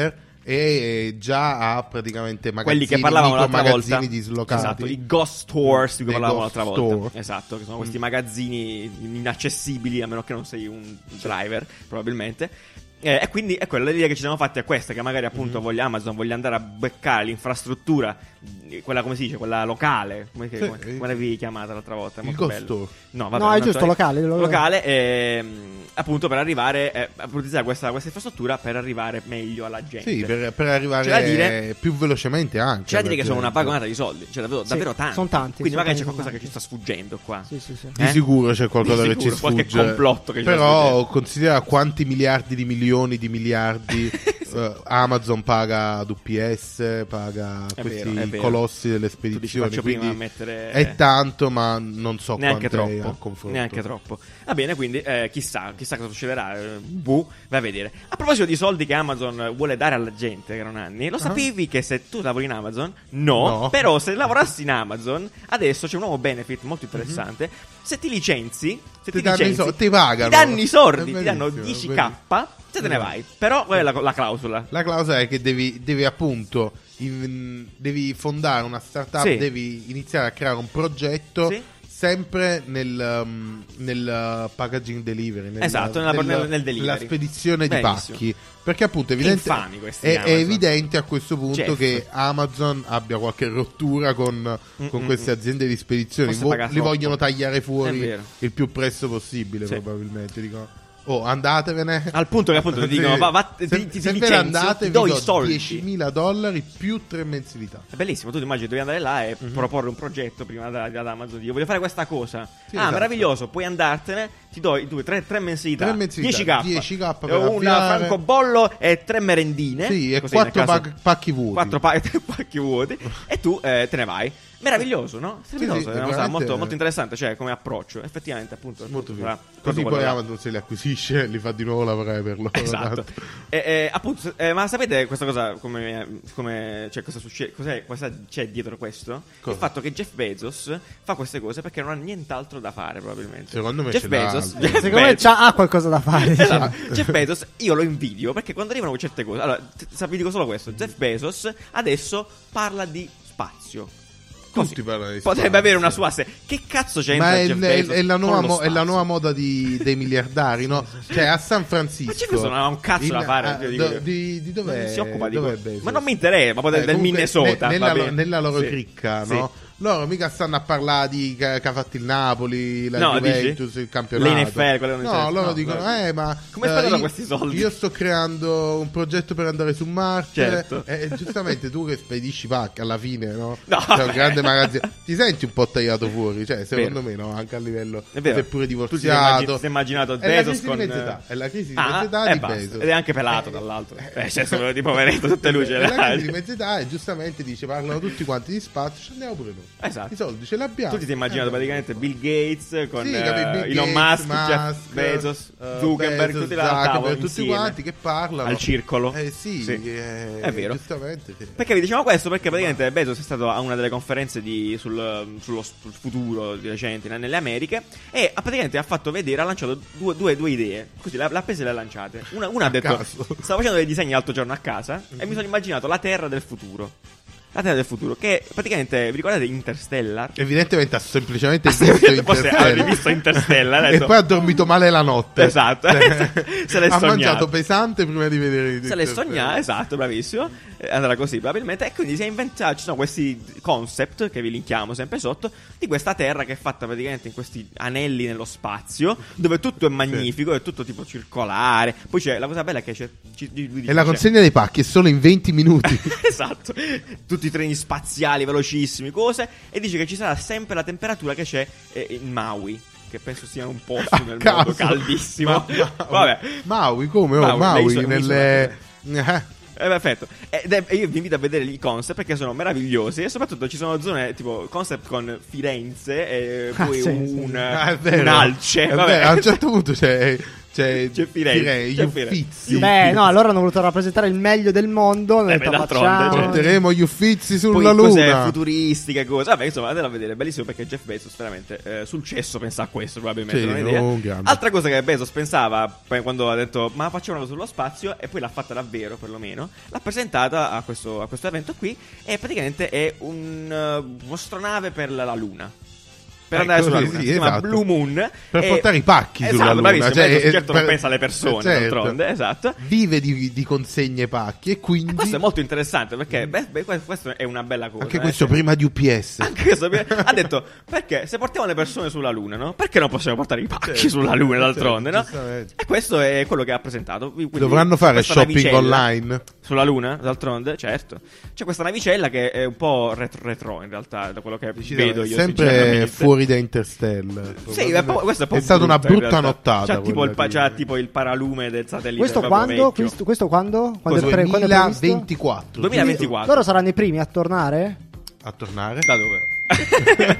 e già ha praticamente magazzini, quelli che parlavamo micro l'altra volta, magazzini dislocati. esatto, i ghost stores di cui Dei parlavamo ghost l'altra volta, store. esatto, che sono questi Mm. magazzini inaccessibili a meno che non sei un driver, probabilmente. Eh, e quindi è quella l'idea che ci siamo fatti a questa, che magari appunto Mm-hmm. voglia Amazon voglia andare a beccare l'infrastruttura, eh, quella come si dice, quella locale, come, Sì, come, eh, come l'avevi chiamata l'altra volta? È Il molto ghost bello. store. No, vabbè, No, è un altro- giusto, locale, lo- locale, ehm, appunto per arrivare, eh, a utilizzare questa, questa infrastruttura per arrivare meglio alla gente. Sì, per, per arrivare C'è da dire- più velocemente anche. C'è da dire alla che sono una gente. vagonata di soldi, cioè davvero, Sì, davvero tanti. sono tanti, Quindi sono magari c'è tanti, qualcosa che sono ci sta sfuggendo qua. Sì, sì, sì. Di Eh? sicuro c'è qualcosa Di che ci sicuro, qualche sfugge. complotto che ci sta Però sfuggendo. considera quanti miliardi di milioni di miliardi eh, Amazon paga ad U P S, paga È questi vero, è vero. colossi delle Tu dici spedizioni. faccio prima a Quindi mettere è tanto, ma non so neanche quanto è a troppo, confronto. neanche troppo. Va bene, quindi eh, chissà, chissà cosa succederà. eh, Buh, vai a vedere. A proposito di soldi che Amazon vuole dare alla gente, caro Nanni, lo sapevi che se tu lavori in Amazon? No, No. però se lavorassi in Amazon, adesso c'è un nuovo benefit molto interessante. Se ti licenzi, se Ti ti, danno i licenzi, so- ti pagano. ti danno i sordi, È ti danno bellissimo, dieci k, se te ne vai. Però qual è la, la clausola? La clausola è che devi, devi appunto in- devi fondare una startup, Sì. devi iniziare a creare un progetto Sì. sempre nel, um, nel uh, packaging delivery, nel, Esatto, nella- nel- nel delivery. nella spedizione di Benissimo. pacchi. Perché appunto è evidente, infami questi è, di è Amazon. evidente a questo punto Jeff. che Amazon abbia qualche rottura con, con mm, queste aziende di spedizione. Forse Vo- paga li troppo. vogliono tagliare È fuori vero. il più presto possibile, Sì. probabilmente. Dicono, oh, andatevene. Al punto che appunto ti dicono, Sì. va, va, ti, se, ti, ti se ve ne licenzio, andate, ti do vi i do soldi. diecimila dollari più tre mensilità. È bellissimo, tu ti immagini, devi andare là e Mhm. proporre un progetto prima da- ad Amazon. Dico, voglio fare questa cosa. Sì, ah, esatto. meraviglioso, puoi andartene. Ti do i due, tre, tre mensilità. Tre mensilità, dieci k. dieci k per una avviare. francobollo e tre merendine. Sì, e Così, quattro nel caso- pac- pacchi vuoti. Quattro pa- pacchi vuoti. E tu eh, te ne vai. Meraviglioso, no? Meraviglioso, sì, è una cosa veramente- molto, molto interessante, cioè come approccio. Effettivamente, appunto. Molto sarà figo. proprio Così quello poi là. Amazon se li acquisisce, li fa di nuovo lavorare per loro. Esatto. E, e, appunto, eh, ma sapete questa cosa come, come cioè cosa succede, cos'è, cosa c'è dietro questo? Cosa? Il fatto che Jeff Bezos fa queste cose perché non ha nient'altro da fare, probabilmente. Secondo me Jeff ce l'ha Bezos, altro. Jeff Secondo me Bezos- c'ha, ha qualcosa da fare. diciamo. Esatto. Jeff Bezos, io lo invidio perché quando arrivano certe cose, allora, t- sa- vi dico solo questo: Jeff Bezos adesso parla di spazio. Così. Tutti parlano di Potrebbe spazio. avere una sua sé. Che cazzo c'entra Ma è, Jeff è- Bezos è la nuova, con lo mo- è la spazio? nuova moda di- dei miliardari, no? Cioè a San Francisco. Ma Jeff Bezos non ha un cazzo da fare, ah, io dico do- io. di, di dov'è? Non si occupa di dov'è quello. Bezos? Ma non mi interessa, ma può del Eh, comunque, Minnesota, ne- va nella, bene. nella loro Sì. cricca, Sì. no? Loro mica stanno a parlare di che, che ha fatto il Napoli, la No, Juventus, dici? il campionato. L'N F L, quello non no, interessa. loro No, dicono, no. eh, ma Come eh, spendono io- questi soldi? Io sto creando un progetto per andare su Marte. Certo. E, e giustamente tu che spedisci pacchi alla fine, no? No, C'è un vabbè. grande magazzino. Ti senti un po' tagliato fuori, cioè, secondo Vero. me, no? Anche a livello. È vero. Sei pure Tu ti sei, divorziato. immagin- ti sei immaginato È la Bezos crisi con di mezz'età. È la crisi di Ah, mezz'età e di basta. Bezos. Ed è anche pelato, Eh, tra l'altro. eh, Eh, cioè, sono di poveretto, tutte luci. È la crisi di mezz'età e giustamente dice parlano tutti quanti di spazio, ci andiamo pure noi. Esatto. I soldi ce l'abbiamo. Tu ti sei immaginato Eh, praticamente Bill Gates con sì, eh, capì, Bill Elon Gates, Musk, Jeff Musk, Bezos, eh, Zuckerberg, Bezos, tutti là al tavolo Zuckerberg, tutti insieme. quanti che parlano Al circolo. Eh sì, Sì. eh, È vero. Giustamente sì. Perché vi diciamo questo? Perché praticamente Bezos è stato a una delle conferenze di, sul, sullo sul futuro di recente né, nelle Americhe e ha praticamente ha fatto vedere, ha lanciato due, due, due idee. Così l'ha, l'ha presa e le ha lanciate. Una, una ha detto: caso. stavo facendo dei disegni l'altro giorno a casa e mi sono immaginato la Terra del futuro. La Terra del futuro, che praticamente, vi ricordate Interstellar? Evidentemente ha semplicemente Ah, visto forse Interstellar. avevi visto Interstellar, ha detto- E poi ha dormito male la notte. Esatto. Cioè, Se l'è ha sognato. mangiato pesante prima di vedere Se l'è Interstellar. sognato, esatto, bravissimo. Eh, Andrà così probabilmente. E quindi si è inventato. Ci sono questi concept che vi linkiamo sempre sotto. Di questa terra che è fatta praticamente in questi anelli nello spazio. Dove tutto è magnifico, è tutto tipo circolare. Poi c'è la cosa bella è che c'è. ci- lui dice, E la c'è- consegna dei pacchi è solo in venti minuti. esatto, tutti i treni spaziali velocissimi, cose. E dice che ci sarà sempre la temperatura che c'è eh, in Maui. Che penso sia un posto A nel caso. mondo caldissimo. Ma- ma- Vabbè. Maui, come? Oh, Maui, Maui, l'isola- nelle... Eh, Eh, perfetto. Ed è- E io vi invito a vedere i concept perché sono meravigliosi. E soprattutto ci sono zone tipo concept con Firenze e Ah, poi sì, un, sì. un, ah, è vero. un alce. È Vabbè. vero, a un certo punto c'è, C'è Jeffirei. Firei, gli Jeffirei. Uffizi. Beh, no, allora hanno voluto rappresentare il meglio del mondo. Hanno Eh, detto, beh, d'altronde, facciamo- cioè. Porteremo gli Uffizi Poi sulla cose luna. futuristiche, cose. Vabbè, insomma, andatelo a vedere, è bellissimo perché Jeff Bezos veramente eh, sul cesso pensa a questo, probabilmente. Sì, non ho idea. un grande. Altra cosa che Bezos pensava poi quando ha detto "Ma facciamo una cosa sullo spazio" e poi l'ha fatta davvero, perlomeno. L'ha presentata a questo, a questo evento qui e praticamente è un uh, un'astronave per la, la luna. Per Ecco, andare sulla sì, luna, sì, si chiama esatto. Blue Moon. Per e- portare i pacchi esatto, sulla luna. bravissimo, Cioè, Bezos eh, certo non per- pensa alle persone, certo. d'altronde, esatto. Vive di, di consegne pacchi e quindi Questo è molto interessante perché beh, beh, questo è una bella cosa. anche eh, questo cioè- prima di U P S. Anche questo ha detto perché se portiamo le persone sulla luna, no? Perché non possiamo portare i pacchi Certo, sulla luna d'altronde, certo, no? giustamente. E questo è quello che ha presentato. Quindi, Dovranno fare questa shopping navicella online. sulla luna, d'altronde, certo. C'è questa navicella che è un po' retro, retro in realtà, da quello che vedo io. Sempre sinceramente. fuori da Interstellar. Sì, è po- questo è, un po' stata una brutta, in brutta realtà. nottata. C'ha tipo, il, pa- quella c'ha di- tipo il paralume del satellite. Questo proprio quando? vecchio. Questo, questo quando? Quando è, pre- quando è previsto? duemilaventiquattro. duemilaventiquattro. Loro saranno i primi a tornare? A tornare? Da dove?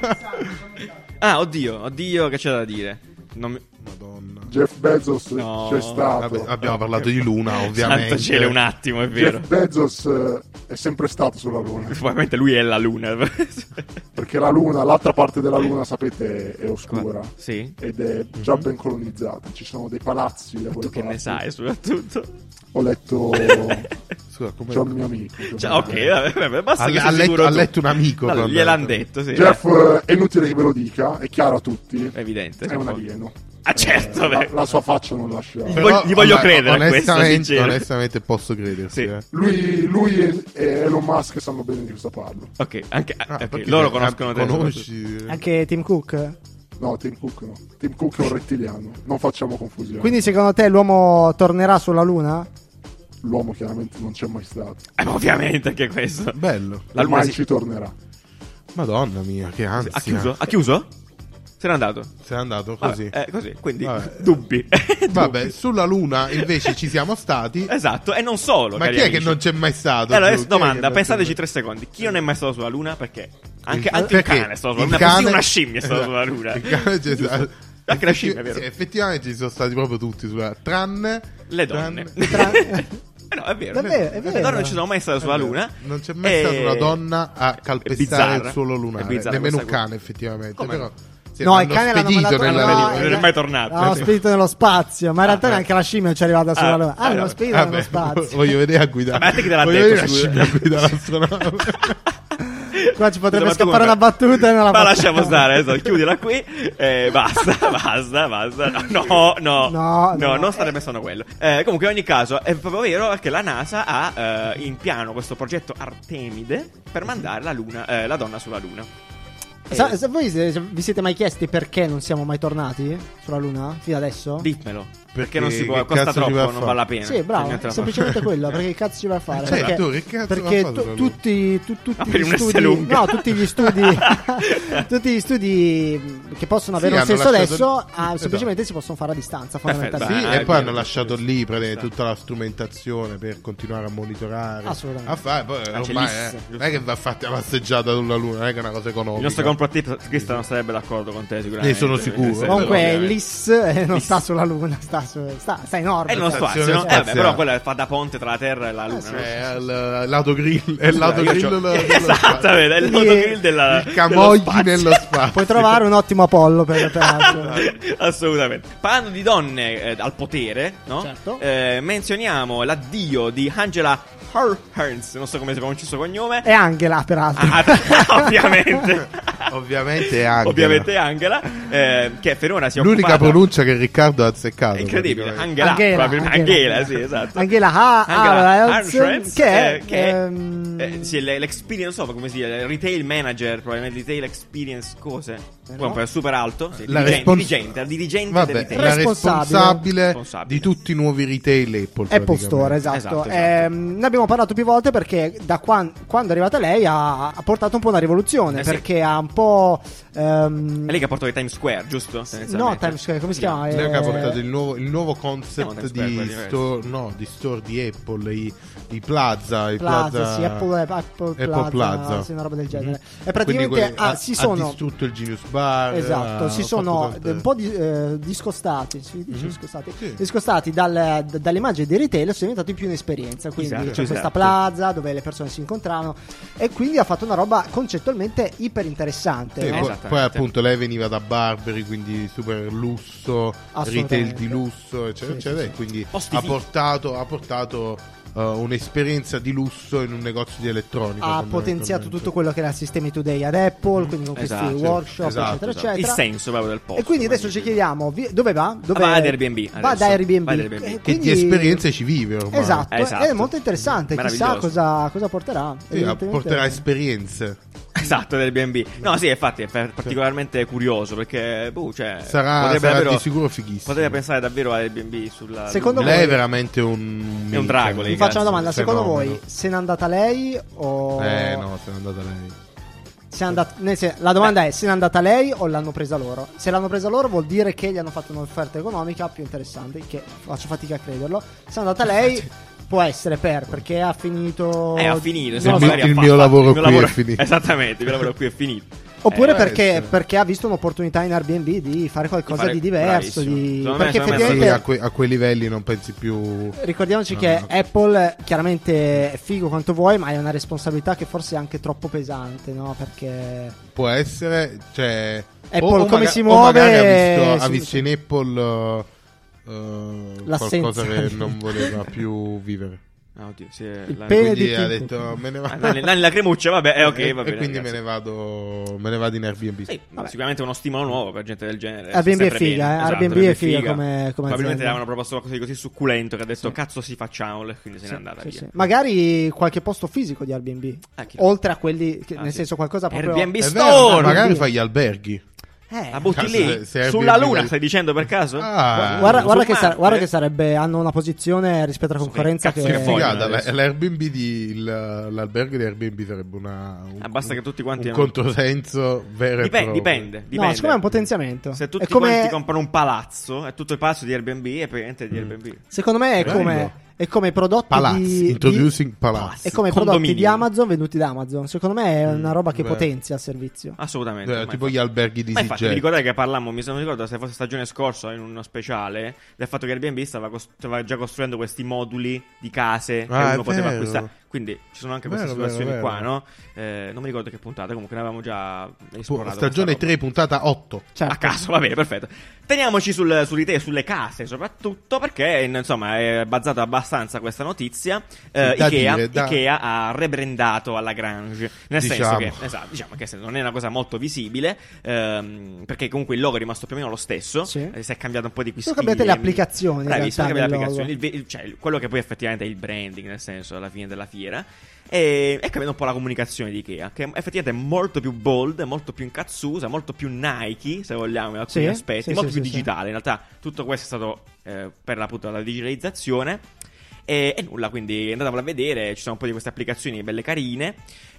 Ah, oddio, oddio, che c'è da dire? Non mi... Madonna. Jeff Bezos No, c'è stato. Vabbè, abbiamo parlato di Luna, ovviamente. Santo cielo, un attimo, è vero. Jeff Bezos eh, è sempre stato sulla Luna. Probabilmente lui è la luna. Perché la Luna, l'altra parte della Luna, sapete, è oscura. Sì? Ed è già ben colonizzata. Ci sono dei palazzi. da quelle Tu che ne parti. sai, soprattutto? Ho letto. Scusa, come... C'è un mio amico. che Cioè, mi- ok, vabbè, vabbè, basta Ha- che ha sei letto- sicuro ha tu. letto un amico No, quando ha gliel'hanno detto. detto, sì. Jeff, eh, è inutile che ve lo dica, è chiaro a tutti. È evidente. È un alieno. Ah, certo, Eh, la, beh. la sua faccia non lascia. Gli voglio- gli voglio credere a questo, onestamente, sincero. onestamente posso credersi. Sì. eh. Lui, lui e, e Elon Musk sanno bene di cosa parlo. Ok, anche Ah, ok, perché loro te- conoscono ah, te. conosci. Anche Tim Cook? No, Tim Cook no. Tim Cook è un rettiliano. Non facciamo confusione. Quindi secondo te l'uomo tornerà sulla luna? L'uomo chiaramente non c'è mai stato. Eh, ma ovviamente anche questo. Bello. La luna Mai si... ci tornerà. Madonna mia, che ansia. Ha chiuso? Ha chiuso? Se n'è andato? Se n'è andato Vabbè, così. eh, così, quindi Vabbè. dubbi. Vabbè, Dubbi. sulla Luna invece ci siamo stati. Esatto, e non solo. Ma cari chi è amici. che non c'è mai stato? Allora, Giù? adesso Chi è che domanda, non pensateci c'è tre secondi. Chi non è mai stato sulla Luna? Perché? Anche, mai- anche il Perché cane è stato sulla il Luna, persino cane- una scimmia è stata Esatto. sulla Luna. Il cane c'è Giusto. stato- Anche la scimmia, è vero. Sì, effettivamente ci sono stati proprio tutti sulla tranne Le donne. tranne- Eh no, è vero. Davvero, è Le vero. donne non ci sono mai state sulla È vero. Luna. Non c'è mai E- stata una donna a È calpestare bizzarra. il suolo È lunare. bizzarra Nemmeno un questa cane, effettivamente. Come Però, no? sì, No, il l'hanno cane l'hanno spedito mandato nella no, non è mai tornato. L'hanno spedito nello spazio, ma in realtà Ah, neanche la scimmia ci è arrivata sulla Ah, luna. Ah, eh, l'hanno no. spedito Vabbè, nello spazio. voglio vedere a guidare. Vabbè, a te chi te l'ha voglio detto, vedere la scusa? scimmia a guidare l'astronave. Qua ci potrebbe Insomma, tu scappare una come- battuta e non la Ma facciamo. lasciamo stare, adesso, chiudila qui. Eh, basta, basta, basta. No, no, no, No, no. non stare pensando a quello. Eh, comunque, in ogni caso, è proprio vero che la NASA ha eh, in piano questo progetto Artemide per mandare la, luna, eh, la donna sulla Luna. Sa- sa- voi se- vi siete mai chiesti perché non siamo mai tornati sulla luna fino adesso? Dimmelo. Perché, Perché non si può, che costa cazzo ci troppo, va a non fare? vale la pena. Sì, bravo, Niente da fare. semplicemente quello, perché che cazzo ci va a fare? Certo, perché che cazzo perché va a fare tu- sulla tutti, tu- tutti Ah, per gli un essere studi, lunga. no, tutti gli studi, tutti gli studi che possono Sì, avere un hanno senso lasciato- adesso, ah, Esatto. semplicemente si possono fare a distanza, Perfetto, fondamentalmente. Sì, Ah, e è poi vero, hanno lasciato questo lì praticamente tutta la strumentazione per continuare a monitorare. Assolutamente. A fare, poi Ah, c'è ormai l'I S, eh, giusto. non è che va a farti la passeggiata sulla Luna, non è che è una cosa economica. Il nostro complotista Cristian non sarebbe d'accordo con te, sicuramente. Ne sono sicuro. Sì, Comunque però, ovviamente. l'I S eh, non L'I S. sta sulla luna, sta, su, sta, sta in orbita. È nello spazio, Stazione no? Eh, vabbè, spaziale. però quella fa da ponte tra la Terra e la Luna. sì. no? È il l'autogrill, è l'autogrill Io c'ho- dello- dello Esatto, spazio. vede, è Quindi- l'autogrill della Il dello Camogli spazio. nello spazio. Puoi trovare un ottimo Apollo per, per altro. Assolutamente. Parlando di donne eh, al potere, no? Certo. Eh, menzioniamo l'addio di Angela Hearns, non so come si pronuncia il suo cognome. E Angela, peraltro. Ah, ovviamente. Ovviamente è Angela. Ovviamente Angela, eh, che finora si è L'unica occupata... pronuncia che Riccardo ha azzeccato. È incredibile, praticamente. Angela, Angela, probabilmente- Angela. Angela, sì, esatto. Angela Ha- Angela Hartz, Hartz, che è, eh, che è, ehm, eh, sì, le- l'experience, non so come si dice, retail manager, probabilmente retail experience, cose. Comunque è super alto, sì, La dirigente, respons- dirigente, la dirigente del Vabbè, retail. la Responsabile. responsabile, Responsabile. di tutti i nuovi retail Apple. Apple praticamente. Store, esatto. Esatto, esatto. Ehm, ne abbiamo parlato più volte perché da quan- quando è arrivata lei ha, ha portato un po' una rivoluzione, Eh sì. perché ha un po' po'. ehm, È lei che ha portato i Times Square, giusto? No, Times Square, come si chiama? Lei che ha Eh, portato il nuovo, il nuovo concept Times Square, di quelli store, no, di store di Apple, i, i Plaza, i Plaza, Plaza, sì, Apple, Apple, Apple Plaza, Plaza. sì, una roba del genere. Mhm. E praticamente Quindi quelli- ah, ha, si ha sono distrutto il Genius Bar. esatto, ha si fatto sono tante- un po' di, eh, discostati, si dice Mhm. discostati, Sì. discostati dal, d- dall'immagine di retail, sono diventati più un'esperienza. Quindi Esatto, c'è questa esatto. plaza dove le persone si incontrano e quindi ha fatto una roba concettualmente iper interessante. Sì, no? poi, Esattamente. poi appunto lei veniva da Burberry, quindi super lusso, Assolutamente. retail di lusso, eccetera, Sì, eccetera. sì, E quindi Posti ha fighi. portato, ha portato uh, un'esperienza di lusso in un negozio di elettronica. Ha fondamentalmente. potenziato tutto quello che era il Sistemi Today ad Apple, quindi con questi Esatto, workshop, esatto, eccetera, esatto. Il eccetera. senso proprio del posto. E quindi adesso ci magnifico. chiediamo vi- dove va? Dove Va ad Airbnb Va adesso. da Airbnb. Va ad Airbnb. E Che quindi- di esperienze ci vive ormai. Esatto, Esatto. ed è molto interessante. Chissà Meraviglioso. cosa, cosa porterà. Sì, Evidentemente- porterà esperienze. Esatto, del B and B. No, sì, infatti è per- particolarmente curioso perché boh, cioè, Sarà, potrebbe sarà davvero- di sicuro fighissimo. Potrebbe pensare davvero al B and B sulla Secondo luna. Lei voi- è veramente un È un drago, Vi lei, faccio una cazzo, domanda: secondo fenomeno. voi se n'è andata lei o. Eh no, se n'è andata lei. Se n'è andata- nel sen- la domanda è: se n'è andata lei o l'hanno presa loro? Se l'hanno presa loro vuol dire che gli hanno fatto un'offerta economica più interessante, che faccio fatica a crederlo. Se è andata lei, può essere per perché ha finito. Eh, ha finito. se Non lo so. magari ha il fa- mio fa- lavoro il mio qui è lavoro- finito. Esattamente, il mio lavoro qui è finito. Oppure Eh, perché, essere. perché ha visto un'opportunità in Airbnb di fare qualcosa Di fare- di diverso. bravissimo. Di... Secondo me- Perché secondo me Sì, effettivamente. a, que- a quei livelli non pensi più. Ricordiamoci No, che no. Apple chiaramente è figo quanto vuoi, ma è una responsabilità che forse è anche troppo pesante, no? Perché Può essere, cioè. Apple o- o come maga- si o muove, magari ha visto, si- ha visto in Apple uh, uh, L'assenza qualcosa che di- non voleva più vivere. Ah, oddio, sì, è Il la- pene Quindi di ha Tim detto Cook. me ne Ah, vado. Nanni, Nanni la cremuccia, vabbè, eh, ok, e, va e bene. quindi ragazzi. me ne vado me ne vado in Airbnb. Sì, sicuramente uno stimolo nuovo per gente del genere. Airbnb sempre è figa, bene. eh, Esatto, Airbnb è figa come- come Probabilmente azienda. avevano proposto qualcosa di così succulento che ha detto Sì. cazzo sì facciamolo e quindi se n'è andata Sì, via. sì. Magari qualche posto fisico di Airbnb, Ah, chi lo- oltre a quelli, che- Ah, nel sì. senso qualcosa proprio. Airbnb È Store! vero, magari Airbnb. fai gli alberghi. Eh, La butti Cazzo, lì? se- se Sulla Airbnb luna vai- stai dicendo per caso? Ah, guarda, su guarda che, Marte. sa- guarda che sarebbe. Hanno una posizione rispetto alla Sì, concorrenza cazzo che. che vogliono Figata, adesso. l- l'Airbnb di il- l'albergo di Airbnb sarebbe una un, Ah, basta che tutti quanti un hanno- controsenso vero e Dipende, proprio. dipende, No, dipende. secondo me è un potenziamento. Se tutti È come- quanti comprano un palazzo, è tutto il palazzo di Airbnb e praticamente di Airbnb. Secondo me è Bello. come, è come i prodotti Palazzi, di, introducing di- palazzi. è come i prodotti Condomini. di Amazon venduti da Amazon. Secondo me è una roba che beh. potenzia il servizio. Assolutamente. Eh, ma tipo infatti- gli alberghi di Ma infatti, vi EasyJet. ricordate che parlammo, mi sono ricordato se fosse stagione scorsa in uno speciale, del fatto che Airbnb stava, cos- stava già costruendo questi moduli di case che Ah, è uno poteva vero. acquistare. Quindi ci sono anche queste Vero, vero, situazioni vero. qua, no? Eh, non mi ricordo che puntata, comunque ne avevamo già esplorato. Stagione questa roba. tre, puntata otto. Certo. A caso, va bene, perfetto. Teniamoci sul, su di te, sulle case soprattutto, perché insomma è bazzata abbastanza questa notizia. Eh, Da Ikea, dire, da- Ikea ha rebrandato alla Grange, nel Diciamo. senso che, esatto, diciamo che non è una cosa molto visibile, ehm, perché comunque il logo è rimasto più o meno lo stesso, Sì. eh, si è cambiato un po' di qui. Sono cambiate le applicazioni, in Bravissimo, realtà, sono cambiate le del applicazioni, il, ve- il- cioè quello che poi effettivamente è il branding, nel senso alla fine della fiera. E è cambiata un po' la comunicazione di Ikea, che effettivamente è molto più bold, molto più incazzusa, molto più Nike, se vogliamo, in alcuni Sì, aspetti, sì, molto sì, più sì, digitale. In realtà tutto questo è stato eh, per appunto la digitalizzazione. E, e nulla, quindi andatevela a vedere, ci sono un po' di queste applicazioni belle carine.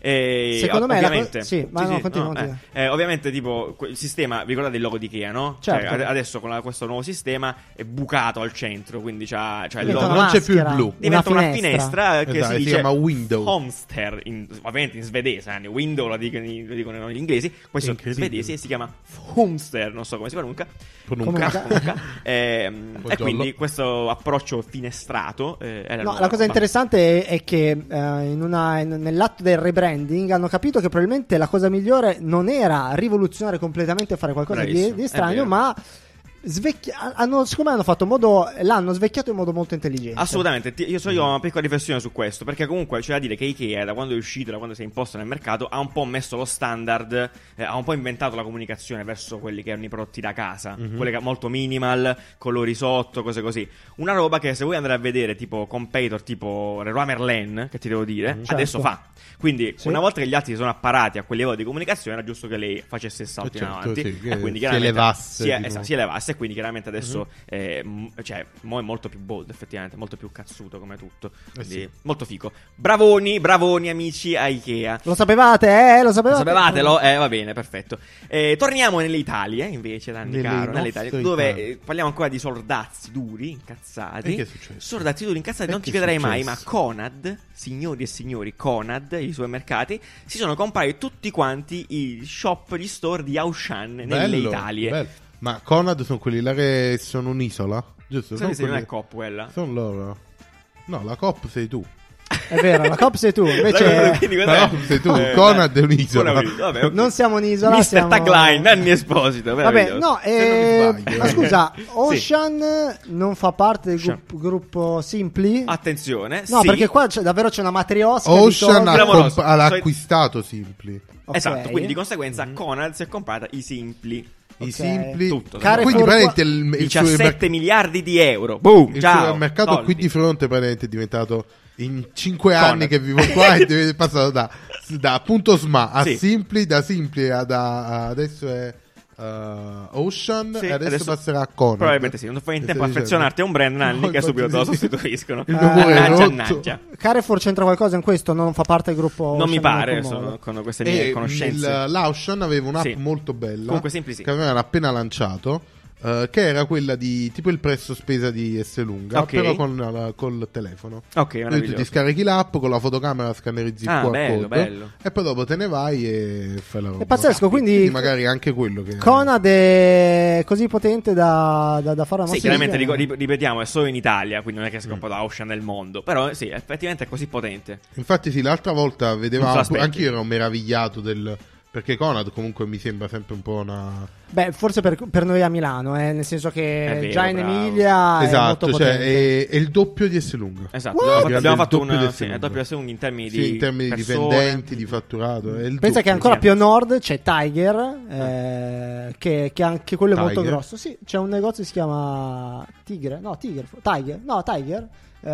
E Secondo me la ovviamente, co- sì, ma no, continua, eh, continua. eh, ovviamente tipo que- il sistema, vi ricordate il logo di Ikea, no? Certo. Cioè, ade- adesso con la- questo nuovo sistema è bucato al centro, quindi c'ha, c'ha il Diventa logo. una Non c'è più il maschera, blu. Diventa una finestra. finestra, che Esatto, si si dice chiama window. Homester, in- ovviamente in svedese, eh, window lo dicono, lo dicono gli inglesi, questo in Incredibile. svedese e si chiama Homester, non so come si pronuncia. Pronuncia. Comunque- Comunque, ehm, e Buongiorno. quindi questo approccio finestrato eh, era No, nuovo. la cosa interessante è, è che eh, in una- in- nell'atto del rebranding hanno capito che probabilmente la cosa migliore non era rivoluzionare completamente e fare qualcosa di, Bravissimo, di è strano, vero. ma svecchia- hanno, siccome hanno fatto in modo, l'hanno svecchiato in modo molto intelligente. Assolutamente, ti- io so io ho una piccola riflessione su questo, perché comunque c'è da dire che Ikea, da quando è uscito, da quando si è imposto nel mercato, ha un po' messo lo standard, eh, ha un po' inventato la comunicazione verso quelli che erano i prodotti da casa, quelle che molto minimal, colori sotto, cose così. Una roba che se vuoi andare a vedere tipo competitor, tipo Leroy Merlin, che ti devo dire, adesso Certo. fa. Quindi Sì. una volta che gli altri si sono apparati a quel livello di comunicazione, era giusto che lei facesse il salto in Certo, avanti. sì, che e quindi si chiaramente elevasse, si, tipo. esatto, si elevasse. e quindi chiaramente adesso eh, m- cioè mo è molto più bold, effettivamente molto più cazzuto come tutto, quindi sì. molto figo. Bravoni, bravoni amici a Ikea. Lo sapevate, eh? Lo Lo sapevate? sapevatelo? Eh, va bene, perfetto. Eh, torniamo nell'Italia, invece, Danny Nelle caro, nostre nell'Italia, dove Italie. eh, parliamo ancora di soldazzi duri, incazzati. E che è successo? Soldazzi duri, incazzati, E non che ci è crederai mai, successo? ma Conad, signori e signori, Conad, i supermercati, si sono comprati tutti quanti i shop, gli store di Auchan nelle Bello, Italie. bello. Ma Conad sono quelli là che sono un'isola? Giusto? Sai se non quelli- è Coop quella? Sono loro. No, la Coop sei tu. È vero, la Coop sei tu, Sai invece quindi cos'è? La Coop sei tu. Eh, Conad è un'isola. Conad è un'isola, vabbè, ok. non siamo un'isola, mister siamo... Tagline, Danny Esposito. Vabbè, meraviglioso. no, Se eh, non mi sbaglio, ma eh. scusa, Ocean non fa parte del Ocean. gruppo, gruppo Simpli? Attenzione, No, sì. perché qua c'è, davvero c'è una matriosca Ocean di ha, cose. Clamoroso. comp- ha So- acquistato Simpli. Ok. Esatto, quindi di conseguenza Conad si è comprata i Simpli. I Ok. Simpli. Tutto. Carrefour Quindi qua- praticamente il, il, diciassette supermerc- miliardi di euro. Boom, il ciao. supermercato soldi. qui di fronte praticamente è diventato in cinque Conad. anni che vivo qua e è passato da, da appunto Sma a Sì. Simpli, da Simpli a, da, adesso è uh, Ocean Sì, e adesso, adesso passerà a Conad. Probabilmente sì, non fai in Stai tempo a dicendo? affezionarti a un brand, Nanni, No, che subito te lo infatti sì. sostituiscono. Il mio cuore è Mannaggia, rotto. mannaggia. Carrefour c'entra qualcosa in questo? Non fa parte del gruppo Non mi Ocean in pare, alcun sono- modo? con queste mie E conoscenze. il- l'Ocean aveva un'app Sì. molto bella Comunque Simpli sì. che avevano appena lanciato, eh, che era quella di tipo il prezzo spesa di Esselunga, Ok. però con la- col telefono. Ok, Quindi tu meraviglioso. ti scarichi l'app, con la fotocamera scannerizzi Ah, il Q R bello, code bello. e poi dopo te ne vai e fai la roba. È pazzesco, quindi magari anche quello che Conad è così potente da, da, da fare una Sì, mossa chiaramente di- rico- rip- ripetiamo, è solo in Italia, quindi non è che Mm. si compra da Ocean nel mondo. Però sì, effettivamente è così potente. Infatti sì, l'altra volta Non vedevamo, te l'aspetti. anche io ero meravigliato del, perché Conad comunque mi sembra sempre un po' una... Beh, forse per, per noi a Milano, eh, nel senso che È vero, già in bravo. Emilia è esatto, molto cioè potente. è, è il doppio di Esselunga. Esatto, What? abbiamo fatto, abbiamo Il fatto doppio un di sì, Esselunga. è doppio Esselunga in termini Sì, di in termini di persone. dipendenti, di fatturato. È il Pensa che doppio. ancora sì. più a nord c'è Tiger, eh, che, che anche quello è molto Tiger? grosso. Sì, c'è un negozio che si chiama Tigre, no, Tiger, Tiger, no, Tiger.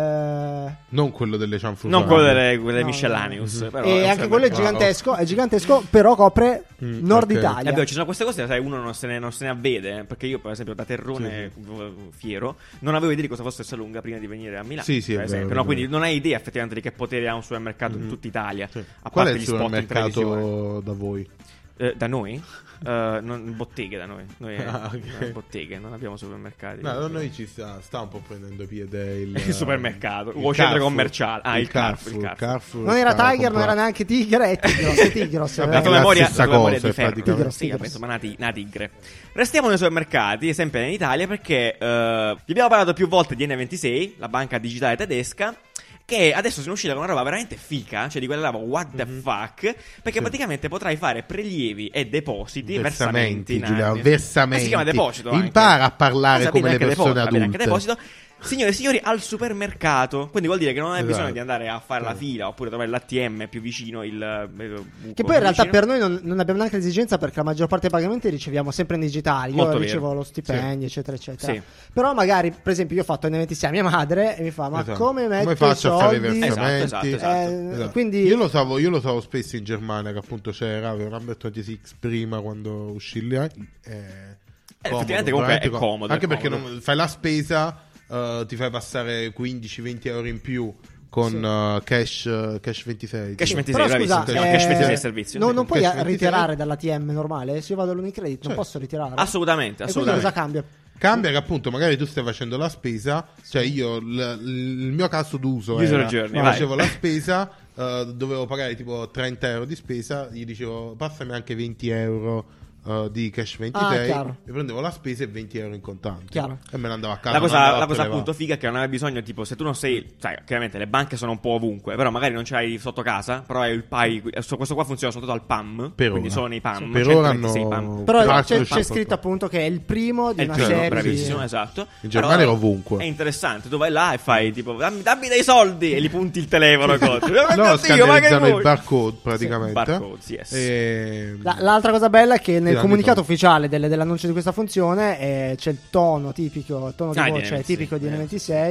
eh, Non quello delle cianfrusate. Non quello delle, quelle No, miscellaneous. no. Però e è anche sempre- quello è wow. gigantesco, è gigantesco, però copre Mm, Nord ok. È Italia. vero, ci sono queste cose, sai, uno non se ne, non se ne avvede. eh, Perché io, per esempio, da Terrone v- fiero, non avevo idea di cosa fosse Esselunga prima di venire a Milano. Sì, sì, è per vero, esempio, è no? vero. Quindi non hai idea effettivamente di che potere ha un supermercato in tutta Italia. Sì. A Qual è parte il gli spot in televisione. supermercato da voi? Eh, da noi? Eh, non- botteghe da noi. Noi Ah, ok. eh, botteghe, non abbiamo supermercati. No, da noi ci sta, sta un po' prendendo piede il, Il supermercato, il o centro Carrefour. commerciale. Ah, il Carrefour, il Carrefour. Carrefour Non era sta Tiger, non comprando. era neanche Tigre, è Tigros, è Tigros. Vabbè, La eh. tua la memoria, stessa la tua memoria cosa, di ferro. praticamente. Sì, vabbè, insomma, una, ti- una tigre. Restiamo nei supermercati, sempre in Italia, perché eh, vi abbiamo parlato più volte di N ventisei, la banca digitale tedesca, che adesso sono uscita con una roba veramente fica, cioè di quella roba what the fuck, perché praticamente potrai fare prelievi e depositi, versamenti, Versamenti, Giuliano, Nanni. versamenti. Ma si chiama deposito anche. Impara a parlare Va come bene le anche persone deposito, va bene adulte. anche deposito. Signore e signori, al supermercato. Quindi vuol dire che non hai Esatto. bisogno di andare a fare la fila oppure trovare l'A T M più vicino. Il eh, buco Che poi in realtà vicino. per noi non, non abbiamo neanche l'esigenza, perché la maggior parte dei pagamenti li riceviamo sempre in digitale. Io Molto ricevo vero. lo stipendio, eccetera, eccetera. Sì. Però magari, per esempio, io ho fatto N ventisei a mia madre e mi fa: ma Esatto. come metto Come faccio i a fare i soldi? versamenti? Esatto, esatto, Eh, Esatto. Quindi io lo usavo, io lo usavo spesso in Germania, che appunto c'era aveva un ventisei X prima quando uscì lì. Eh, effettivamente comodo, comunque è veramente comodo, Anche è perché comodo. non- fai la spesa, eh, ti fai passare quindici venti euro in più con eh, cash, cash ventisei. Cash Sì. ventisei, Però bravissimo. scusa, No, eh, Cash ventisei servizio. no, sì. non puoi Cash a- ventisei. ritirare dall'A T M normale? Se io vado all'Unicredit non Certo. posso ritirare? Assolutamente, E quindi assolutamente. cosa cambia? Cambia che appunto magari tu stai facendo la spesa, cioè io l- l- il mio caso d'uso User era, journey, vai. facevo la spesa, eh, dovevo pagare tipo trenta euro di spesa, gli dicevo passami anche venti euro eh, di cash ventisei, Ah, chiaro. e prendevo la spesa e venti euro in contanti Chiaro. e me ne andavo a casa. La non cosa, andavo la a cosa prelevare. appunto figa è che non hai bisogno, tipo, se tu non sei, sai, chiaramente le banche sono un po' ovunque, però magari non ce l'hai sotto casa, però hai il Pai, questo qua funziona soltanto al P A M, Per quindi ora. solo nei P A M, Per ora centoventisei hanno- P A M. Però Tra c'è, l'altro c'è c'è scritto appunto che è il primo di È il una primo, serie bravissimo, di... esatto. In Germania Però era ovunque. È interessante, tu vai là e fai tipo dammi, dammi dei soldi e gli punti il telefono contro. No, Oddio, ma che scannerizzano il vuoi? barcode praticamente. barcode, sì, yes. E... La- l'altra cosa bella è che nel danno comunicato i soldi. ufficiale delle- dell'annuncio di questa funzione eh, c'è il tono tipico, il tono di Ah, di voce N ventisei, tipico di eh. N ventisei,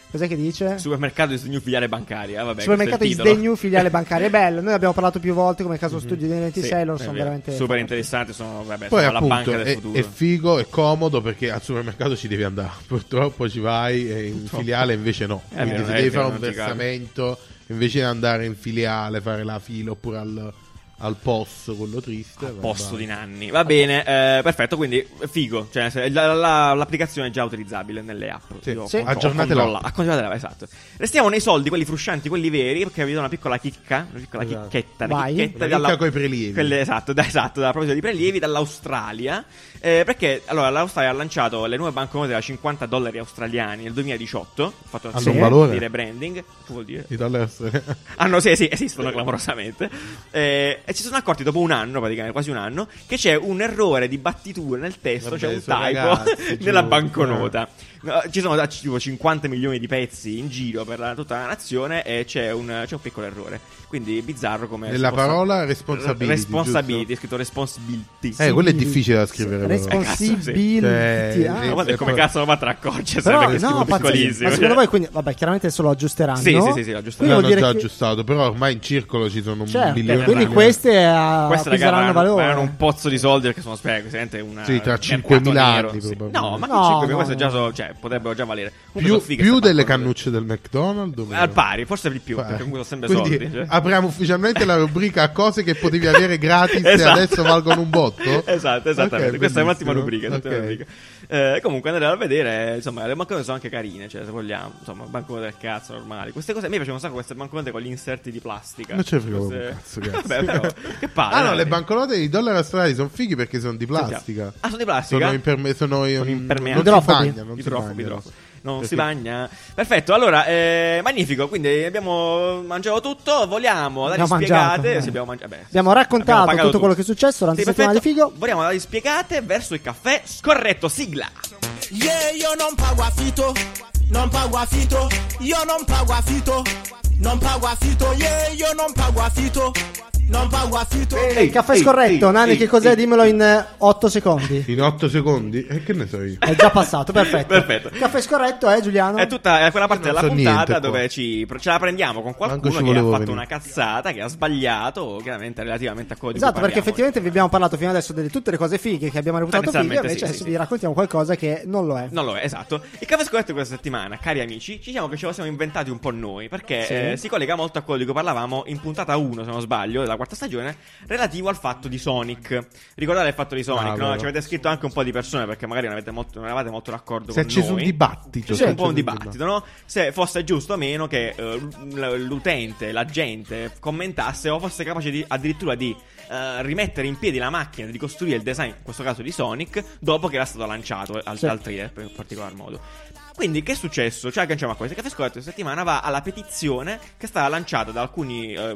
Cos'è che dice? Supermercato is the new filiale bancaria. Vabbè, Supermercato is questo è the il titolo. new filiale bancaria. È bello, noi abbiamo parlato più volte come caso studio dei ventisei, Sì, loro è sono vero. veramente super forti. interessanti, sono, vabbè, Poi sono la banca appunto del è, futuro. è figo, è comodo perché al supermercato ci devi andare. Purtroppo ci vai e in filiale invece no. È Quindi vero, se è devi vero, fare un non ti cago. versamento, invece di andare in filiale, fare la fila oppure al, al P O S, quello triste. vai, Posto vai. di Nanni. Va bene, eh, perfetto, quindi figo. Cioè, se- la- la- l'applicazione è già utilizzabile nelle app. Sì. Io ho Sì. con- ho Aggiornate l'app. controllato. Aggiornate l'app, esatto. Restiamo nei soldi, quelli fruscianti, quelli veri, perché vi do una piccola chicca, una piccola Esatto. chicchetta, una Vai. chicchetta Una chicca dalla- coi prelievi. quelle- esatto, da, esatto, da proposito di prelievi dall'Australia. Eh, perché allora l'Australia ha lanciato le nuove banconote da cinquanta dollari australiani nel duemiladiciotto. Ha fatto una Hanno serie un valore? di rebranding. Che vuol dire? I dollari australiani. Ah no, sì, sì, esistono clamorosamente. Eh, e ci sono accorti dopo un anno, praticamente quasi un anno, che c'è un errore di battitura nel testo, Vabbè, c'è un sono typo ragazzi, nella giù. banconota. No, ci sono tipo cinquanta milioni di pezzi in giro per la- tutta la nazione e c'è un, c'è un piccolo errore. Quindi bizzarro come... Nella si possa- parola responsibility, Responsibility, giusto? è scritto responsibility. Eh, quello è difficile da scrivere. però. Responsibility. Cioè, Ah, eh, Guarda eh, come poi- cazzo lo fa a accorgere, Però, sai, perché no, scrivo pazzesco. piccolissimo. Ma secondo voi, quindi, vabbè, chiaramente adesso lo aggiusteranno. Sì, sì, sì, sì, lo aggiusteranno. Quindi vuol L'hanno dire già che- aggiustato, però ormai in circolo ci sono un Certo, milione quindi di queste eh, Queste raga acquisiranno avranno, valore. avranno un pozzo di soldi perché sono spiego, una Sì, tra mercato cinquemila nero, anni, sì. probabilmente. No, ma che No, cinquemila, no, queste già no. so, cioè potrebbero già valere. Comunque più, sono fighe più queste delle banconote. cannucce del McDonald's o meno? Al pari, forse di più, Fa- perché comunque sono sempre Quindi soldi. Cioè. apriamo ufficialmente la rubrica a cose che potevi avere gratis e Esatto. adesso valgono un botto. Esatto, esattamente. Ok, Questa è un'ottima bellissimo. rubrica. un'ottima Ok. rubrica. Eh, comunque andare a vedere, insomma, le banconote sono anche carine, cioè se vogliamo, insomma, banconote del cazzo normali. Queste cose a me piacciono un sacco, queste banconote con gli inserti di plastica. Non ce ne frega Queste- un cazzo, cazzo. Vabbè, però, che palle. Ah no, dai. le banconote di dollari australiani sono fighi perché sono di Sentiamo. plastica. Ah, sono di plastica? Sono, imperme- sono, Sono non impermeabili. si Idrofobi. bagnano, non si Idrofobi, bagnano. idrofobi. Non Perché- si bagna. Perfetto, allora, eh, magnifico. Quindi abbiamo mangiato tutto. Voliamo dalle Abbiamo spiegate. mangiato, eh. Sì, abbiamo, mangi- vabbè, Abbiamo raccontato pagato tutto quello che è successo durante Sì, la settimana di perfetto. figo. Voliamo dalle spiegate verso il caffè scorretto. Sigla. Yeah, io non pago affitto, non pago affitto, io non pago affitto, non pago affitto, yeah, io non pago affitto, non pago affitto. Il caffè scorretto, ehi, Nani, ehi, che cos'è? ehi. Dimmelo in otto secondi. In otto secondi? E che ne so io? È già passato, perfetto. Perfetto. Il caffè scorretto è Giuliano? È tutta è quella parte Io non della so puntata niente qua. dove ci, ce la prendiamo con Manco qualcuno ci che ha volevo fatto venire. una cazzata, che ha sbagliato, chiaramente relativamente a quello di Esatto, cui perché parliamo. effettivamente vi abbiamo parlato fino adesso delle tutte le cose fighe che abbiamo reputato fighe, Tendenzialmente invece sì, adesso sì, vi sì. raccontiamo qualcosa che non lo è. Non lo è, esatto. Il caffè scorretto questa settimana, cari amici, ci diciamo che ce lo siamo inventati un po' noi, perché Sì. eh, si collega molto a quello di cui parlavamo in puntata uno, se non sbaglio, della quarta stagione, relativo al fatto di Sonic. Ricordate il fatto di Sonic, Ah, no? vero. Ci avete scritto anche un po' di persone, perché magari non, avete molto, non eravate molto d'accordo Si è con acceso noi. un dibattito. C'è si è un po' un acceso dibattito, no? Se fosse giusto o meno che eh, l- l'utente, la gente commentasse o fosse capace di, addirittura di eh, rimettere in piedi la macchina, di costruire il design, in questo caso di Sonic, dopo che era stato lanciato al, Sì. al trailer, in particolar modo. Quindi che è successo? Cioè agganciamo a questo. Il caffè scorretto questa settimana va alla petizione che è stata lanciata da alcuni eh,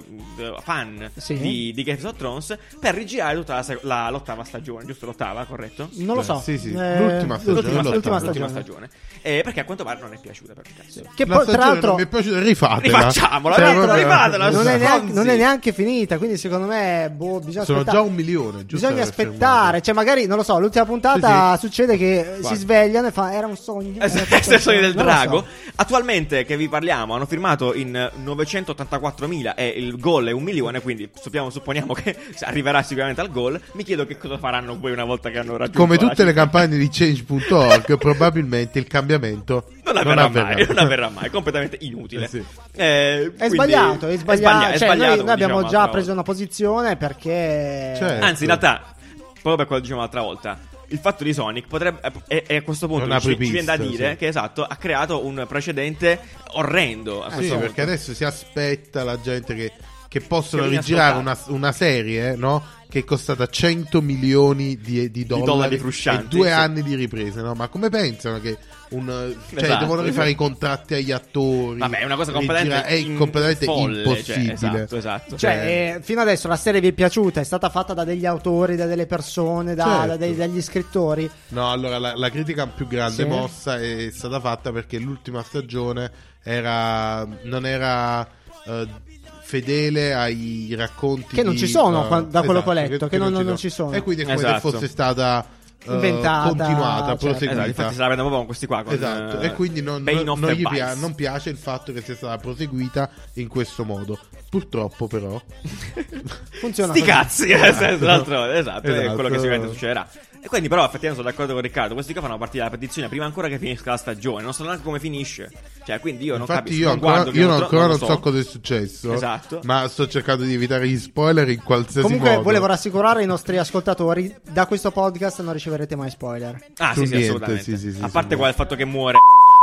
fan Sì. di, di Games of Thrones per rigirare tutta la, se- la- l'ottava stagione, giusto l'ottava, corretto? Non lo so. Sì, sì, Eh, l'ultima stagione, L'ultima, l'ottava. l'ultima l'ultima stagione. stagione. Eh, perché a quanto pare non è piaciuta per il cazzo. Che La poi, tra stagione l'altro, non mi è piaciuta, rifatela. Rifacciamola, Cioè, dai, proprio- rifatela, non è, Stronzi. neanche, non è neanche finita, quindi secondo me boh, bisogna Sono aspettare. già un milione, giusto? Bisogna per aspettare, fermarlo. cioè magari, non lo so, l'ultima puntata Sì, succede che Guarda. si svegliano e fa era un sogno. Eh, era sì, tutto il sogno del non lo so. drago. Attualmente che vi parliamo hanno firmato in novecentottantaquattromila e il goal è un milione, quindi supponiamo, supponiamo che arriverà sicuramente al goal. Mi chiedo che cosa faranno poi una volta che hanno raggiunto Come la tutte le cifra. campagne di change punto org, probabilmente il cambiamento non avverrà, mai, non avverrà mai, completamente inutile. Eh sì. Eh, È quindi- sbagliato, è sbagliato. è Cioè, sbagliato, noi, come noi abbiamo dicevamo già l'altra preso volta. una posizione perché. Certo. Anzi, in realtà, proprio per quello che dicevamo l'altra volta, il fatto di Sonic potrebbe, e, e a questo punto Non ci, apri ci viene da pista, dire sì. che esatto, ha creato un precedente orrendo. A Sì, questo punto. perché adesso si aspetta la gente che, che possono Che viene rigirare una, ascoltata. una serie, no? Che è costata cento milioni di, di dollari, dollari e fruscianti, due sì. anni di riprese, no? Ma come pensano che un, cioè Esatto. devono rifare i contratti agli attori? Vabbè, è una cosa rigira- completamente, è in- completamente folle, impossibile. Cioè, esatto, esatto. Cioè, eh, fino adesso la serie vi è piaciuta, è stata fatta da degli autori, da delle persone, da, Certo. da dei- dagli scrittori. No, allora la, la critica più grande Sì. mossa è stata fatta perché l'ultima stagione era non era eh, fedele ai racconti Che non di- ci sono, eh, qua- da quello che ho esatto, letto, che non- non ci sono. E quindi è come Esatto. se fosse stata eh, Inventata, continuata, certo. proseguita. Esatto, infatti se la prendono proprio con questi qua. Con, Esatto, eh, e quindi non, Bane non- of non the gli pia- Vice. non piace il fatto che sia stata proseguita in questo modo. Purtroppo, però, Funziona Sti così. cazzi, eh, se- l'altro- esatto, è Esatto. quello che sicuramente succederà. E quindi, però, effettivamente sono d'accordo con Riccardo. Questi qua fanno partire la petizione prima ancora che finisca la stagione. Non so neanche come finisce. Cioè, quindi io non infatti, capisco. io non ancora, guardo io Game of ancora non Thrones, so cosa è successo. Esatto. Ma sto cercando di evitare gli spoiler in qualsiasi Comunque modo. volevo rassicurare i nostri ascoltatori, da questo podcast non riceverete mai spoiler. Ah, Su sì, sì, niente, assolutamente. sì, sì, sì, A su parte niente. qua il fatto che muore.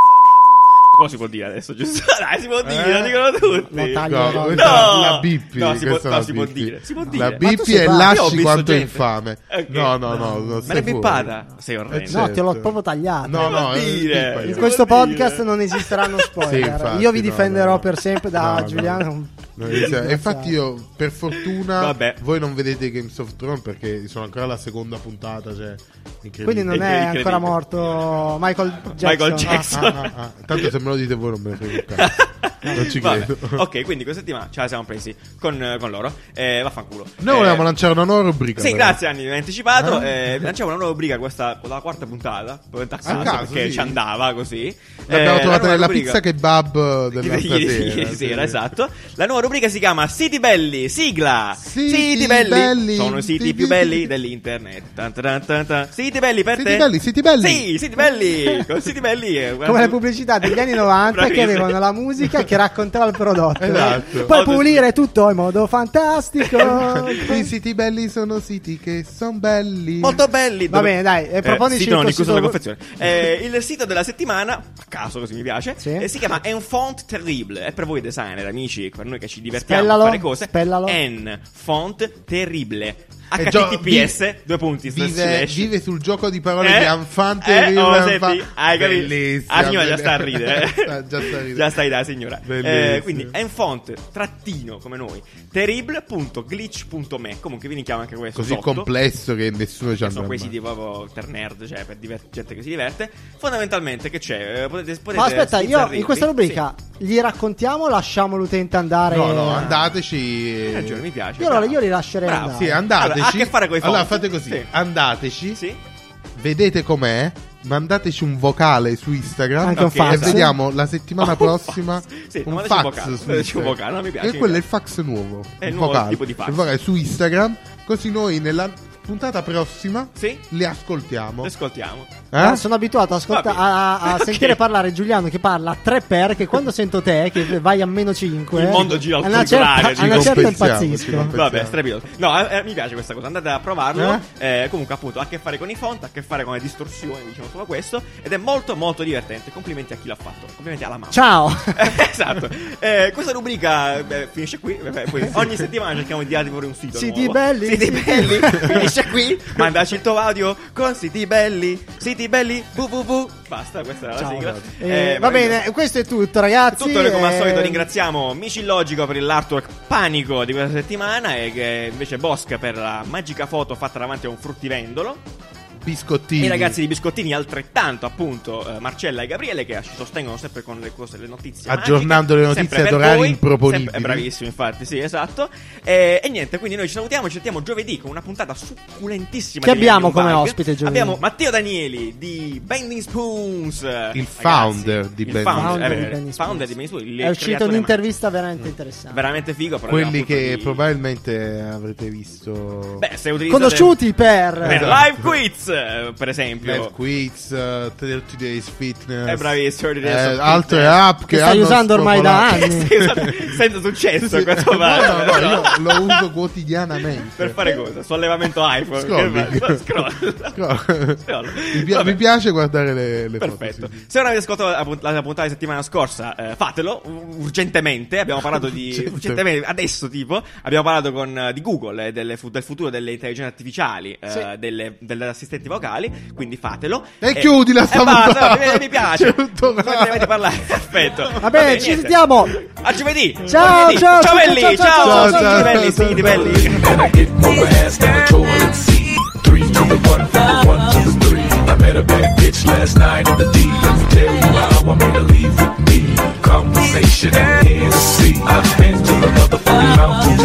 Cosa si può dire adesso, giusto? Dai, si può dire, Eh? lo dicono tutti. Lo taglierò. No, questa No! la bippi, No, si può- questa no, la si può bippi. dire, si può La dire. Ma tu bippi sei e pazzo. Io ho lasci visto quanto è gente. infame. Ok. No, no, no, no, Me stai l'hai fuori. bippata? Sei orrendo. Eh, No, certo. te l'ho proprio tagliato. No, no, può eh, dire. bippa, In io. questo può podcast dire. non esisteranno spoiler. Sì, infatti, Io vi no, difenderò no. per sempre da No, no. Giuliano. Non esiste. E infatti io, per fortuna, Vabbè. voi non vedete Games of Thrones perché sono ancora alla seconda puntata, cioè, incredibile. Quindi non È è incredibile. ancora morto Michael Jackson. Michael Ah, Jackson. Ah, ah, ah. Tanto se me lo dite voi non me ne frega un cazzo. Non ci Vabbè. credo. Ok, quindi questa settimana ce la siamo presi con, eh, con loro. Eh, vaffanculo. Noi Eh, volevamo lanciare una nuova rubrica. Sì, però. grazie Anni, mi hai anticipato. Eh? Eh, lanciamo una nuova rubrica, questa con la quarta puntata. Poi a A caso, perché sì. ci andava così. L'abbiamo Eh, trovata la nuova nella rubrica- pizza kebab dell'altra Ieri- sera. ieri sera, esatto. La nuova rubrica si chiama Siti Belli, sigla. Siti belli. belli. Sono i siti Siti- più belli dell'internet. Tan tan tan tan. Siti belli per Siti te. belli, siti belli. Sì, siti belli. Con siti belli. eh, Come le pubblicità degli anni novanta che Bravissimo. avevano la musica che raccontava il prodotto. Esatto. Puoi Oggi- pulire tutto in modo fantastico. I siti belli sono siti che sono belli. Molto belli. Va bene, dai, e proponici sito non il incluso sito- la confezione. Eh, il sito della settimana, a caso così mi piace, Sì. eh, si chiama Enfont Terrible. È per voi designer, amici, per noi che ci divertiamo Spellalo, a fare cose. spellalo. Enfont Terrible. E gio- H T T P S due punti slash Vive, slash. vive sul gioco di parole Eh? di Enfant Eh? Terrible, Oh, Enfant- senti, hai capito? Bellissima, La signora già sta a bellissima. ridere. Sta- già sta a ridere. Già stai da signora. Bellissimo. Eh, quindi enfont trattino come noi terrible.glitch punto me. Comunque vi linkiamo anche questo Così sotto. complesso che nessuno ci Che andrà sono quei mai. siti proprio per nerd, cioè per diver- gente che si diverte. Fondamentalmente che c'è? Eh, Potete, potete Ma aspetta, io in sbizzarrirvi. questa rubrica gli raccontiamo o lasciamo l'utente andare? No, no, andateci. Sì. Hai ragione, mi piace. Io allora bravo. io li lascerei Bravo. andare. Sì, andateci. Allora, ha a che fare coi Allora fonti. fate così: Sì. andateci, Sì. vedete com'è, mandateci un vocale su Instagram Anche un Ok, fax. e vediamo la settimana Oh, prossima sì, un mandateci un fax vocale, su mandateci un Instagram. vocale, no, mi piace, E mi quello è il piace. fax nuovo. È il un nuovo vocale. tipo di fax. Il vocale su Instagram, così noi nella puntata prossima Sì. li ascoltiamo. Lo ascoltiamo. Eh? Ah, sono abituato a, ascolta- Va bene. a, a Ok. sentire parlare Giuliano che parla a tre per, che quando sento te che vai a meno cinque Il mondo gira al a una contrario, certa, ci a una certa compensiamo, ci impazzisco. compensiamo. Vabbè, strepitoso. No, eh, eh, mi piace questa cosa. Andate a provarlo. Eh, comunque, appunto, ha a che fare con i font, ha a che fare con le distorsioni, diciamo solo questo. Ed è molto, molto divertente. Complimenti a chi l'ha fatto. Complimenti alla mamma. Ciao. esatto. Eh, questa rubrica beh, finisce qui. Beh, poi ogni settimana cerchiamo di darti pure un sito. Siti nuovo. belli. Siti belli. Finisce qui. Mandaci il tuo audio con siti belli. Siti belli. www. Basta, questa era la Ciao. sigla. Eh, Eh, va meraviglioso. bene, questo è tutto, ragazzi. Tutto noi come al Eh, solito ringraziamo Micillogico per l'artwork panico di questa settimana e che invece Bosca per la magica foto fatta davanti a un fruttivendolo. Biscottini. E i ragazzi di Biscottini altrettanto, appunto, eh, Marcella e Gabriele che ci sostengono sempre con le cose, le notizie Aggiornando magiche, le notizie sempre ad per orari voi, improponibili. sempre- bravissimo, infatti, sì, esatto. E, e niente, quindi noi ci salutiamo, ci sentiamo giovedì con una puntata succulentissima. Chi di abbiamo Millennium come Bug. ospite giovedì? Abbiamo Matteo Danieli di Bending Spoons, Il ragazzi. founder di il Bending founder, Founder eh, di vero, Bending founder Spoons. di Bending Spoons, il È uscita creatore un'intervista veramente interessante. veramente figo. però Quelli appunto che di- probabilmente avrete visto. Beh, se utilizzate Conosciuti per per live quiz, eh, per esempio. Live Quiz, uh, trenta Days Fitness. È bravissimo, eh, trenta Days of altre Fitness. app che, Che stai hanno usando ormai da spopolato. anni. Sì, esatto, senza successo Sì, sì. questo No, va- no, no, io lo uso quotidianamente. per fare cosa? Sollevamento iPhone. Scrolling. Che fa? Scroll. Scroll. Scroll. mi, pi- Vabbè. mi piace guardare le, le foto. Perfetto. sì, sì. Se non avete ascoltato la, punt- la puntata di settimana scorsa, eh, fatelo u- urgentemente. Abbiamo parlato di Urgentemente. urgentemente, adesso tipo. Abbiamo parlato con, eh, di Google e delle fu- del futuro delle intelligenze artificiali, eh, Sì. delle, delle assistenti vocali. Quindi fatelo. E chiudi la E sta basta, puntata. mi, mi piace. C'è tutto Non male. dovete parlare. Perfetto. Va bene, ci niente. sentiamo. A giovedì. Ciao, Giovedì. ciao, ciao ciao, belli. ciao, Ciao, ciao, ciao, siti ciao, belli, ciao, siti ciao. belli. And I get more ass than a toilet seat. Three to the one, from the one to the three. I met a bad bitch last night in the D. Let me tell you how I made her leave with me. Conversation and Hennessy. I've been to the motherfucking mountain.